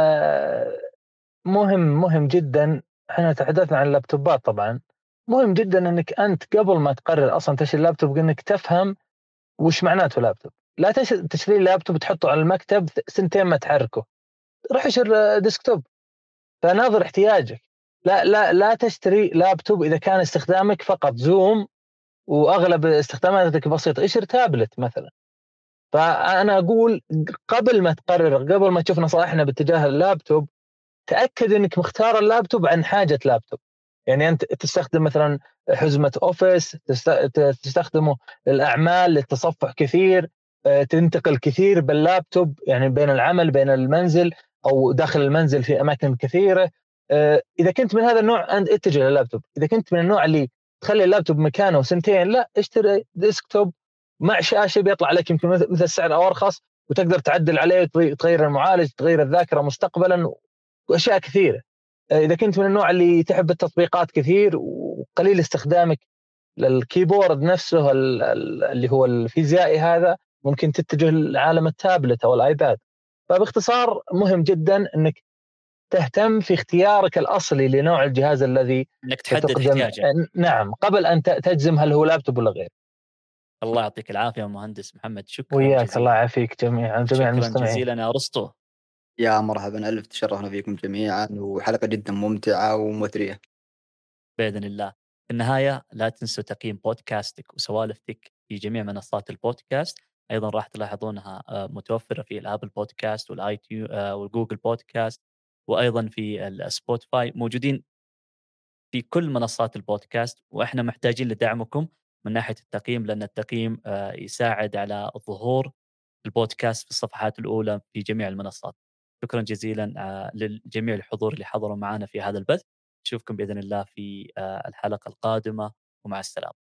مهم جدا. احنا تحدثنا عن اللابتوبات طبعا. مهم جدا انك انت قبل ما تقرر اصلا تشتري لابتوب انك تفهم وش معناته لابتوب. لا تشتري لابتوب تحطه على المكتب سنتين ما تحركه، روح اشتري ديسكتوب. فناظر احتياجك. لا تشتري لابتوب اذا كان استخدامك فقط زوم واغلب استخداماتك بسيطه. اشتري تابلت مثلا. فانا اقول قبل ما تقرر، قبل ما تشوف نصائحنا باتجاه اللابتوب، تأكد أنك مختار اللابتوب عن حاجة لابتوب. يعني أنت تستخدم مثلا حزمة أوفيس، تستخدمه للأعمال، للتصفح كثير، تنتقل كثير باللابتوب، يعني بين العمل بين المنزل أو داخل المنزل في أماكن كثيرة. إذا كنت من هذا النوع أنت اتجه لللابتوب. إذا كنت من النوع اللي تخلي اللابتوب مكانه سنتين، لا، اشتري ديسكتوب مع شاشة بيطلع لك يمكن مثل السعر أو أرخص، وتقدر تعدل عليه وتغير المعالج، تغير الذاكرة مستقبلا، وأشياء كثيرة. إذا كنت من النوع اللي تحب التطبيقات كثير وقليل استخدامك للكيبورد نفسه اللي هو الفيزيائي، هذا ممكن تتجه لعالم التابلت أو الآيباد. فباختصار مهم جدا أنك تهتم في اختيارك الأصلي لنوع الجهاز الذي انك تحدد تقدم. احتياجك. نعم، قبل أن تجزم هل هو لابتوب ولا غير. الله يعطيك العافية مهندس محمد، شكرا وياك. جزيلا. الله يعافيك جميع شكرا المستمعين. جزيلا يا أرسطو. يا مرحبا، ألف تشرفنا فيكم جميعا، وحلقة جدا ممتعة ومثرية بإذن الله. في النهاية لا تنسوا تقييم بودكاستك وسوالفتك في جميع منصات البودكاست، أيضا راح تلاحظونها متوفرة في الآبل بودكاست والجوجل بودكاست، وأيضا في السبوتيفاي، موجودين في كل منصات البودكاست. وإحنا محتاجين لدعمكم من ناحية التقييم، لأن التقييم يساعد على ظهور البودكاست في الصفحات الأولى في جميع المنصات. شكرا جزيلا للجميع الحضور اللي حضروا معنا في هذا البث. نشوفكم بإذن الله في الحلقة القادمة، ومع السلامة.